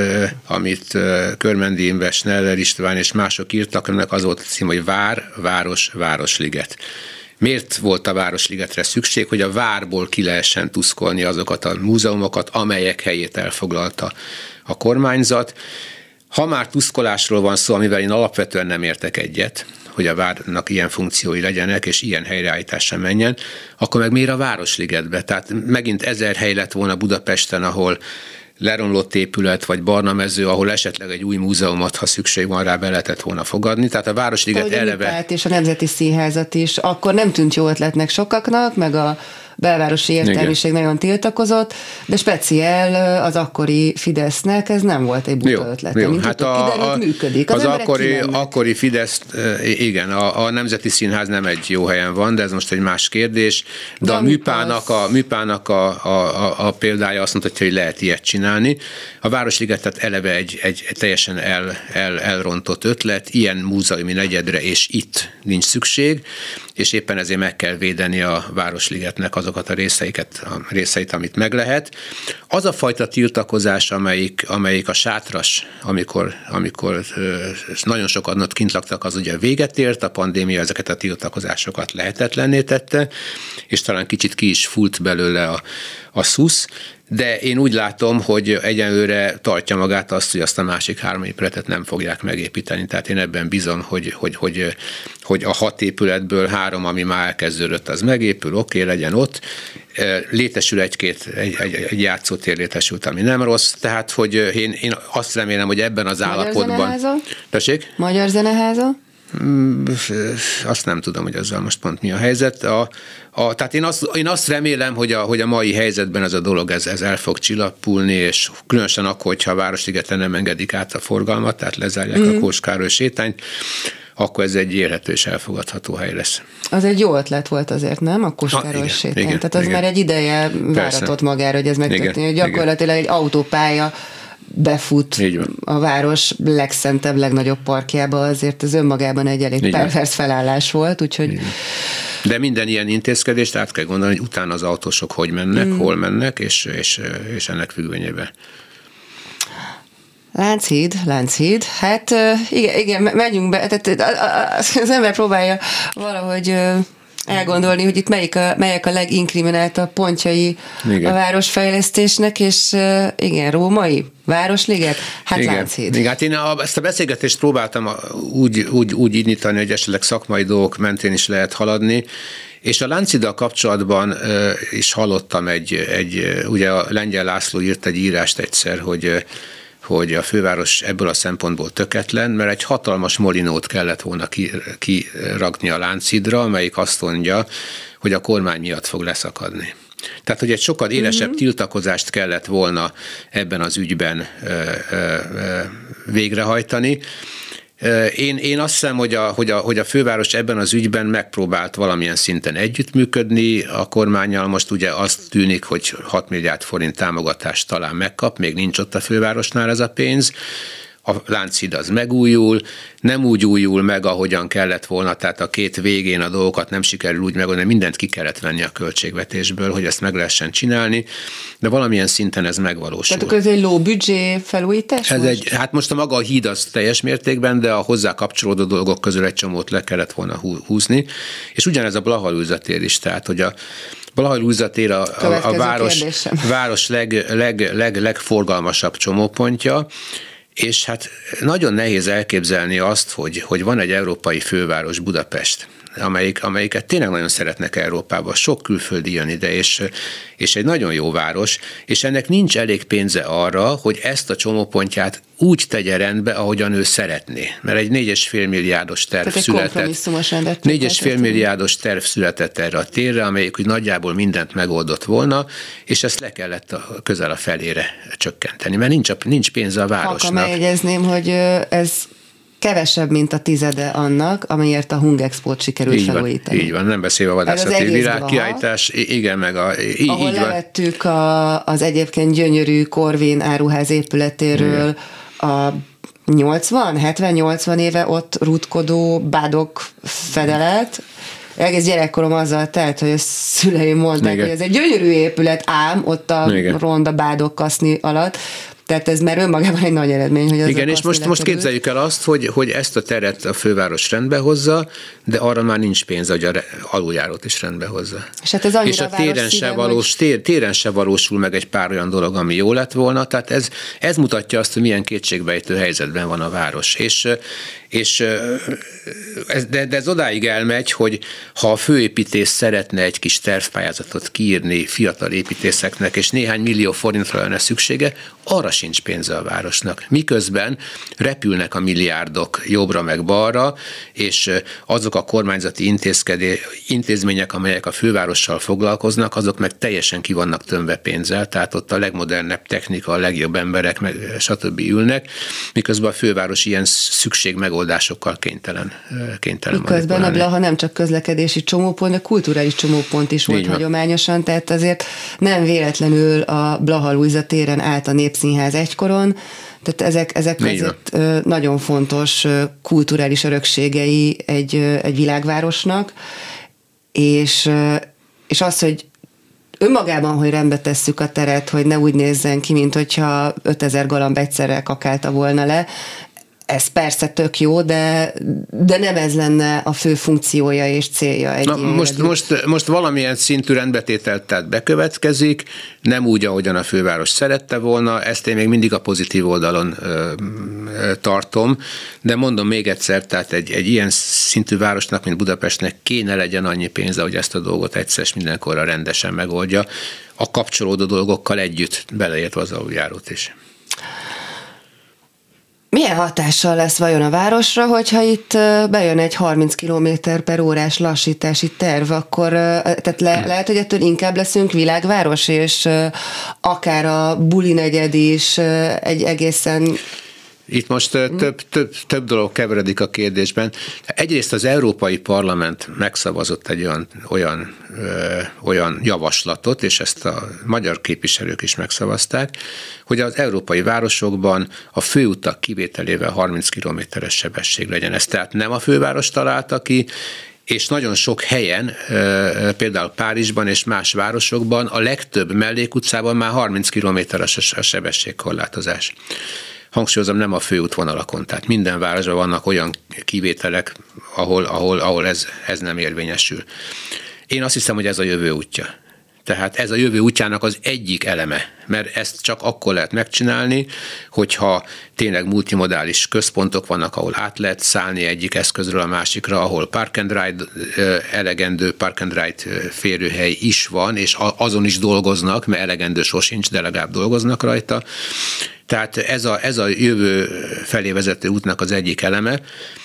amit Körmendi Imre, Schneller István és mások írtak, aminek az volt a cím, hogy Városliget. Miért volt a Városligetre szükség, hogy a várból ki lehessen tuszkolni azokat a múzeumokat, amelyek helyét elfoglalta a kormányzat. Ha már tuszkolásról van szó, amivel én alapvetően nem értek egyet, hogy a várnak ilyen funkciói legyenek, és ilyen helyreállításra menjen, akkor meg miért a Városligetbe? Tehát megint 1000 hely lett volna Budapesten, ahol leromlott épület, vagy barna mező, ahol esetleg egy új múzeumot, ha szükség van rá, be lehetett volna fogadni. Tehát a Városliget eleve... És a Nemzeti Színházat is akkor nem tűnt jó ötletnek sokaknak, meg a belvárosi értelmiség nagyon tiltakozott, de speciál az akkori Fidesznek ez nem volt egy buta ötlete. Jó. Hát működik. Az akkori Fidesz, igen, a Nemzeti Színház nem egy jó helyen van, de ez most egy más kérdés. De a műpának a példája azt mondta, hogy lehet ilyet csinálni. A Városliget tehát eleve egy teljesen elrontott ötlet, ilyen múzeumi negyedre, és itt nincs szükség, és éppen ezért meg kell védeni a Városligetnek azokat a részeit, amit meg lehet. Az a fajta tiltakozás, amelyik a sátras, amikor nagyon sokan ott kint laktak, az ugye véget ért, a pandémia ezeket a tiltakozásokat lehetetlenné tette, és talán kicsit ki is fúlt belőle a szusz, de én úgy látom, hogy egyenlőre tartja magát azt, hogy azt a másik 3 épületet nem fogják megépíteni. Tehát én ebben bízom, hogy a 6 épületből 3, ami már elkezdődött, az megépül, oké, legyen ott. Létesül egy játszótér létesült, ami nem rossz. Tehát, hogy én azt remélem, hogy ebben az állapotban... Zeneháza? Tessék? Magyar Zeneháza? Azt nem tudom, hogy azzal most pont mi a helyzet. Tehát én azt remélem, hogy a mai helyzetben ez a dolog ez el fog csillapulni, és különösen akkor, hogyha a Városligeten nem engedik át a forgalmat, tehát lezárják a Kós Károly sétányt, akkor ez egy érhető és elfogadható hely lesz. Az egy jó ötlet volt azért, nem? A Kós Károly sétány. Tehát az már egy ideje váratott magára, hogy ez megtörténjen. Gyakorlatilag egy autópálya befut a város legszentebb, legnagyobb parkjába, azért ez önmagában egy elég pervers felállás volt, úgyhogy... Igen. De minden ilyen intézkedést át kell gondolni, hogy utána az autósok hogy mennek, hol mennek, és ennek függvényében. Lánchíd, hát igen, megyünk be, tehát az ember próbálja valahogy elgondolni, hogy itt melyek a leginkrimináltabb pontjai a városfejlesztésnek, és igen, Római, Városliget, hát Lánchíd. Igen, hát én ezt a beszélgetést próbáltam úgy indítani, hogy esetleg szakmai dolgok mentén is lehet haladni, és a Lánchiddal kapcsolatban is hallottam ugye a Lengyel László írt egy írást egyszer, hogy a főváros ebből a szempontból töketlen, mert egy hatalmas molinót kellett volna kiragni a Lánchídra, amelyik azt mondja, hogy a kormány miatt fog leszakadni. Tehát, hogy egy sokkal élesebb tiltakozást kellett volna ebben az ügyben végrehajtani. Én azt hiszem, hogy a főváros ebben az ügyben megpróbált valamilyen szinten együttműködni a kormánnyal. Most ugye azt tűnik, hogy 6 milliárd forint támogatást talán megkap, még nincs ott a fővárosnál ez a pénz. A Lánchíd az megújul, nem úgy újul meg, ahogyan kellett volna, tehát a két végén a dolgokat nem sikerül úgy megoldani, mindent ki kellett venni a költségvetésből, hogy ezt meg lehessen csinálni, de valamilyen szinten ez megvalósul. Tehát akkor ez egy low budget felújítás? Hát most a maga a híd az teljes mértékben, de a hozzá kapcsolódó dolgok közül egy csomót le kellett volna húzni, és ugyanez a Blaha Lujza tér is, tehát hogy a Blaha Lujza tér a város legforgalmasabb csomópontja, és hát nagyon nehéz elképzelni azt, hogy van egy európai főváros, Budapest, amelyiket tényleg nagyon szeretnek Európában, sok külföldi jön ide, és egy nagyon jó város, és ennek nincs elég pénze arra, hogy ezt a csomópontját úgy tegye rendbe, ahogyan ő szeretné. Mert egy 4,5 milliárdos terv született. 4,5 milliárdos terv született erre a térre, amelyik úgy nagyjából mindent megoldott volna, és ezt le kellett közel a felére csökkenteni, mert nincs pénze a városnak. Akkor megjegyezném, hogy ez kevesebb, mint a tizede annak, amiért a Hungexpót sikerült felújítani. Így van, nem beszélve a vadászati világkiállítás. Igen, meg ahol levettük az egyébként gyönyörű Corvin áruház épületéről a 70-80 éve ott rutkodó bádok fedelet. Egész gyerekkorom azzal telt, hogy a szüleim mondták, hogy ez egy gyönyörű épület, ám ott a ronda bádok kaszni alatt. Tehát ez már önmagában egy nagy eredmény, hogy az. Igen, és most képzeljük el azt, hogy ezt a teret a főváros rendbe hozza, de arra már nincs pénz, hogy a aluljárót is rendbe hozza. És hát ez annyira és a téren se valósul meg egy pár olyan dolog, ami jó lett volna, tehát ez mutatja azt, hogy milyen kétségbejtő helyzetben van a város. De ez odáig elmegy, hogy ha a főépítész szeretne egy kis tervpályázatot kiírni fiatal építészeknek, és néhány millió forintra lenne szüksége, arra sincs pénze a városnak. Miközben repülnek a milliárdok jobbra meg balra, és azok a kormányzati intézmények, amelyek a fővárossal foglalkoznak, azok meg teljesen ki vannak tömve pénzzel, tehát ott a legmodernebb technika, a legjobb emberek, meg stb. Ülnek, miközben a főváros ilyen szükségmegoldásokkal kénytelen miközben a Blaha nem csak közlekedési csomópont, de kulturális csomópont is volt hagyományosan, tehát azért nem véletlenül a Blaha Lujza téren állt a Népszínház egykoron, tehát ezek azért nagyon fontos kulturális örökségei egy világvárosnak, és az, hogy önmagában, hogy rendbe tesszük a teret, hogy ne úgy nézzen ki, mint hogyha 5000 galamb egyszerre kakálta volna le, ez persze tök jó, de nem ez lenne a fő funkciója és célja egy most valamilyen szintű rendbetételt tehát bekövetkezik, nem úgy, ahogyan a főváros szerette volna, ezt én még mindig a pozitív oldalon tartom, de mondom még egyszer, tehát egy ilyen szintű városnak, mint Budapestnek kéne legyen annyi pénze, hogy ezt a dolgot egyszer és mindenkorra rendesen megoldja, a kapcsolódó dolgokkal együtt, beleértve az aluljárót is. Milyen hatással lesz vajon a városra, hogyha itt bejön egy 30 km/órás lassítási terv, akkor tehát lehet, hogy ettől inkább leszünk világváros, és akár a Buli negyed is egy egészen... Itt most több dolog keveredik a kérdésben. Egyrészt az Európai Parlament megszavazott egy olyan javaslatot, és ezt a magyar képviselők is megszavazták, hogy az európai városokban a főutak kivételével 30 kilométeres sebesség legyen. Ez tehát nem a főváros találta ki, és nagyon sok helyen, például Párizsban és más városokban, a legtöbb mellékutcában már 30 kilométeres a sebességkorlátozás. Hangsúlyozom, nem a főútvonalakon, tehát minden városban vannak olyan kivételek, ahol ez nem érvényesül. Én azt hiszem, hogy ez a jövő útja. Tehát ez a jövő útjának az egyik eleme, mert ezt csak akkor lehet megcsinálni, hogyha tényleg multimodális központok vannak, ahol át lehet szállni egyik eszközről a másikra, ahol park and ride, elegendő park and ride férőhely is van, és azon is dolgoznak, mert elegendő sosincs, de legalább dolgoznak rajta. Tehát ez a jövő felé vezető útnak az egyik eleme,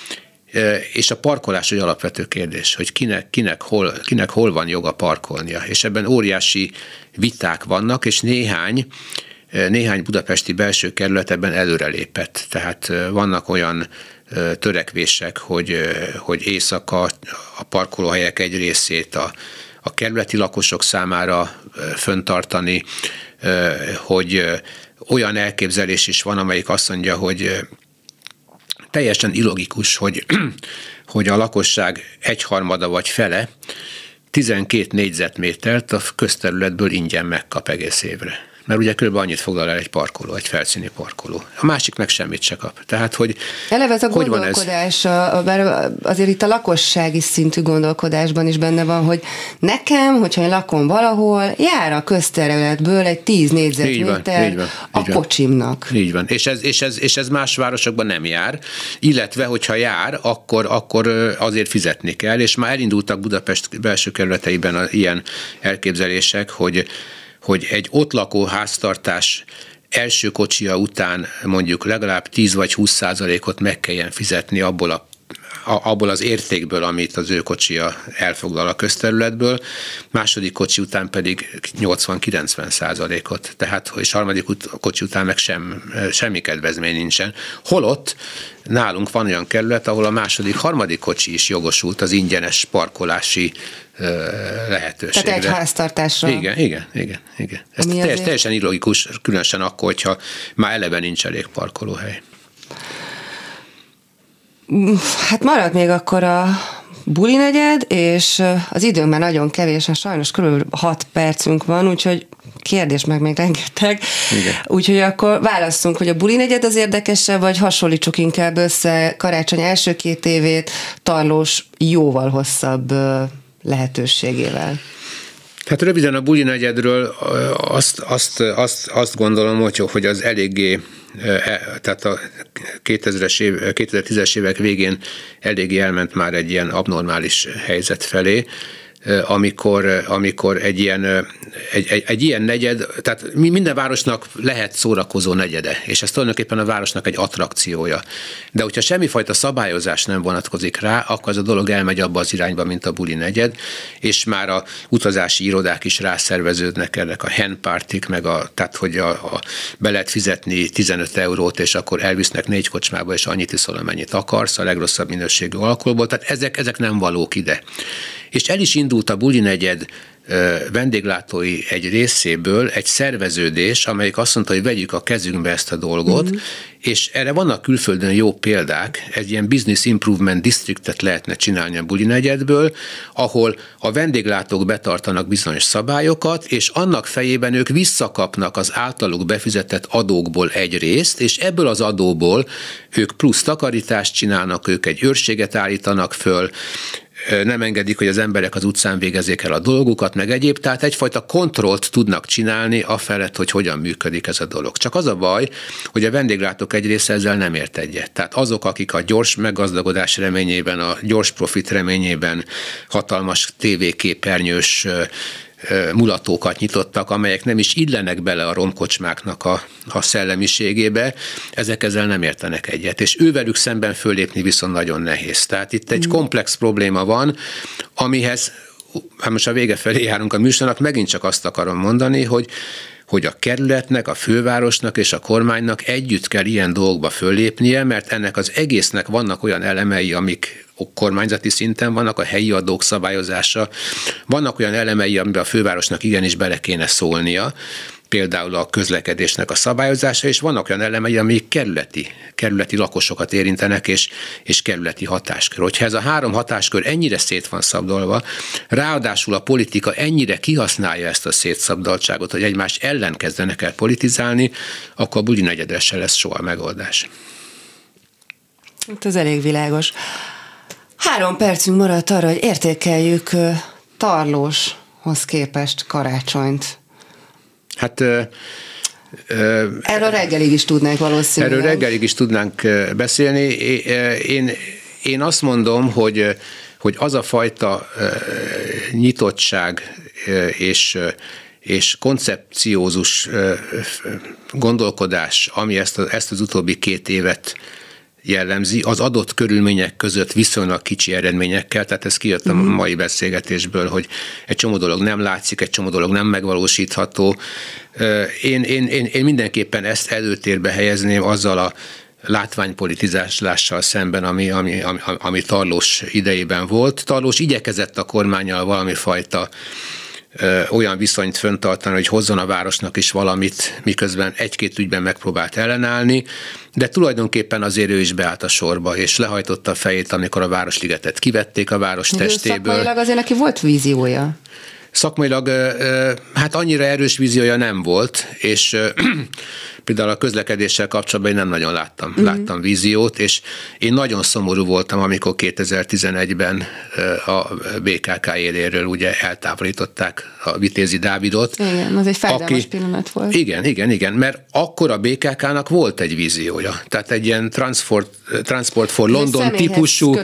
és a parkolás egy alapvető kérdés, hogy kinek hol van joga parkolnia, és ebben óriási viták vannak, és néhány budapesti belső kerület ebben előrelépett. Tehát vannak olyan törekvések, hogy éjszaka a parkolóhelyek egy részét a kerületi lakosok számára föntartani, hogy olyan elképzelés is van, amelyik azt mondja, hogy teljesen illogikus, hogy a lakosság egyharmada vagy fele 12 négyzetmétert a közterületből ingyen megkap egész évre. Mert ugye kb. Annyit foglal el egy parkoló, egy felszíni parkoló. A másik meg semmit se kap. Tehát, hogy eleve ez a gondolkodás, bár azért itt a lakossági szintű gondolkodásban is benne van, hogy nekem, hogyha én lakom valahol, jár a közterületből egy 10 négyzetméter a kocsimnak. Így van. És ez más városokban nem jár, illetve, hogyha jár, akkor azért fizetni kell, és már elindultak Budapest belső kerületeiben ilyen elképzelések, hogy egy ott lakó háztartás első kocsia után mondjuk legalább 10 vagy 20%-ot meg kelljen fizetni abból az értékből, amit az ő kocsia elfoglal a közterületből, második kocsi után pedig 80-90%-ot, tehát és harmadik kocsi után meg semmi kedvezmény nincsen. Holott nálunk van olyan kerület, ahol a második, harmadik kocsi is jogosult az ingyenes parkolási lehetőségre. Tehát egy háztartásra. Igen. Ez teljesen illogikus, különösen akkor, hogyha már eleve nincs elég parkolóhely. Hát marad még akkor a Buli negyed, és az időnk már nagyon kevés, sajnos kb. 6 percünk van, úgyhogy kérdés meg még rengeteg. Igen. Úgyhogy akkor válasszunk, hogy a Buli negyed az érdekesebb, vagy hasonlítsuk inkább össze Karácsony első 2 évét Tarlós jóval hosszabb lehetőségével. Hát röviden a Buli negyedről azt gondolom, hogy az eléggé, tehát a 2010-es évek végén eléggé elment már egy ilyen abnormális helyzet felé, amikor egy ilyen negyed, tehát minden városnak lehet szórakozó negyede, és ez tulajdonképpen a városnak egy attrakciója. De hogyha semmifajta szabályozás nem vonatkozik rá, akkor az a dolog elmegy abba az irányba, mint a Buli negyed, és már a utazási irodák is rászerveződnek ennek a henpartik, tehát hogy be lehet fizetni 15 eurót, és akkor elvisznek 4 kocsmába, és annyit iszol, amennyit akarsz, a legrosszabb minőségű alkoholból, tehát ezek nem valók ide. És el is indult a Buli negyed vendéglátói egy részéből egy szerveződés, amelyik azt mondta, hogy vegyük a kezünkbe ezt a dolgot, és erre vannak külföldön jó példák, egy ilyen Business Improvement Districtet lehetne csinálni a Buli negyedből, ahol a vendéglátók betartanak bizonyos szabályokat, és annak fejében ők visszakapnak az általuk befizetett adókból egy részt, és ebből az adóból ők plusz takarítást csinálnak, ők egy őrséget állítanak föl, nem engedik, hogy az emberek az utcán végezzék el a dolgukat, meg egyéb, tehát egyfajta kontrollt tudnak csinálni afelett, hogy hogyan működik ez a dolog. Csak az a baj, hogy a vendéglátók egy része ezzel nem ért egyet. Tehát azok, akik a gyors meggazdagodás reményében, a gyors profit reményében hatalmas tévéképernyős mulatókat nyitottak, amelyek nem is illenek bele a romkocsmáknak a szellemiségébe, ezek ezzel nem értenek egyet. És ővelük szemben föllépni viszont nagyon nehéz. Tehát itt egy komplex probléma van, amihez, hát most a vége felé járunk a műsornak, megint csak azt akarom mondani, hogy a kerületnek, a fővárosnak és a kormánynak együtt kell ilyen dolgokba föllépnie, mert ennek az egésznek vannak olyan elemei, amik kormányzati szinten vannak, a helyi adók szabályozása, vannak olyan elemei, amiben a fővárosnak igenis bele kéne szólnia, például a közlekedésnek a szabályozása, és vannak olyan elemei, amik kerületi lakosokat érintenek, és kerületi hatáskör. Hogyha ez a három hatáskör ennyire szét van szabdolva, ráadásul a politika ennyire kihasználja ezt a szétszabdaltságot, hogy egymás ellen kezdenek el politizálni, akkor a buli negyedre se lesz soha megoldás. Ez elég világos. 3 percünk maradt arra, hogy értékeljük Tarlóshoz képest Karácsonyt. Hát erről reggelig is tudnánk valószínűleg. Erről reggelig is tudnánk beszélni. Én azt mondom, hogy az a fajta nyitottság és koncepciózus gondolkodás, ami ezt az utóbbi 2 évet jellemzi, az adott körülmények között viszonylag kicsi eredményekkel, tehát ez kijött a mai beszélgetésből, hogy egy csomó dolog nem látszik, egy csomó dolog nem megvalósítható. Én mindenképpen ezt előtérbe helyezném azzal a látványpolitizálással szemben, ami Tarlós idejében volt. Tarlós igyekezett a kormánnyal valami fajta olyan viszonyt fenntartani, hogy hozzon a városnak is valamit, miközben 1-2 ügyben megpróbált ellenállni, de tulajdonképpen azért ő is beállt a sorba, és lehajtotta a fejét, amikor a Városligetet kivették a város testéből. Szakmailag azért neki volt víziója. Szakmailag hát annyira erős víziója nem volt, és például a közlekedéssel kapcsolatban én nem nagyon láttam víziót, és én nagyon szomorú voltam, amikor 2011-ben a BKK éléről ugye eltávolították a Vitézi Dávidot. Igen, az egy fájdalmas pillanat volt. Igen, mert akkor a BKK-nak volt egy víziója. Tehát egy ilyen Transport for London típusú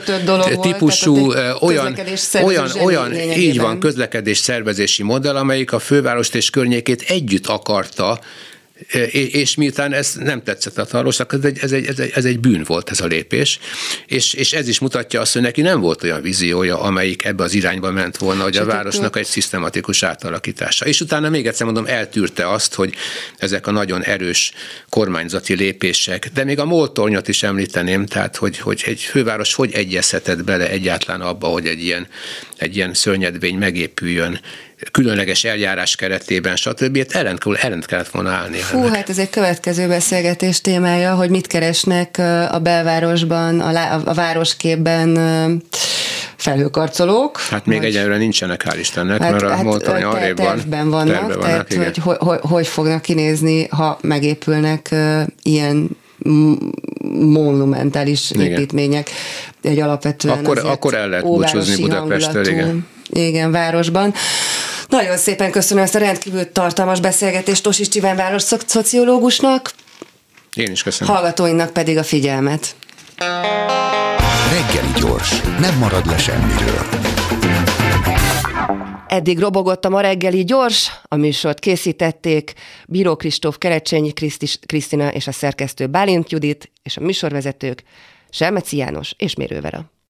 olyan így van, közlekedés szervezési modell, amelyik a fővárost és környékét együtt akarta, és miután ez nem tetszett a Tarlósnak, ez egy bűn volt ez a lépés, és ez is mutatja azt, hogy neki nem volt olyan víziója, amelyik ebbe az irányba ment volna, hogy a városnak egy szisztematikus átalakítása. És utána még egyszer mondom, eltűrte azt, hogy ezek a nagyon erős kormányzati lépések, de még a MOL-tornyot is említeném, tehát hogy egy főváros hogy egyezhetett bele egyáltalán abba, hogy egy ilyen szörnyedvény megépüljön, különleges eljárás keretében, stb. Ellent kellett volna állni. Hát ez egy következő beszélgetés témája, hogy mit keresnek a belvárosban, a városképben felhőkarcolók. Hát még egyelőre nincsenek, hál' Istennek, mert a MOL-torny arrébb van. Tervben vannak, tehát hogy fognak kinézni, ha megépülnek ilyen monumentális építmények, egy alapvetően akkor el lehet búcsúzni Budapestről, igen, városban. Nagyon szépen köszönöm ezt a rendkívül tartalmas beszélgetést Tos István város szociológusnak. Én is köszönöm. Hallgatóinknak pedig a figyelmet. Reggeli gyors, nem marad le semmiről. Eddig robogottam a reggeli gyors, a műsort készítették Bíró Kristóf, Kerecsényi Krisztina és a szerkesztő Bálint Judit, és a műsorvezetők Selmeci János és Mérő Vera.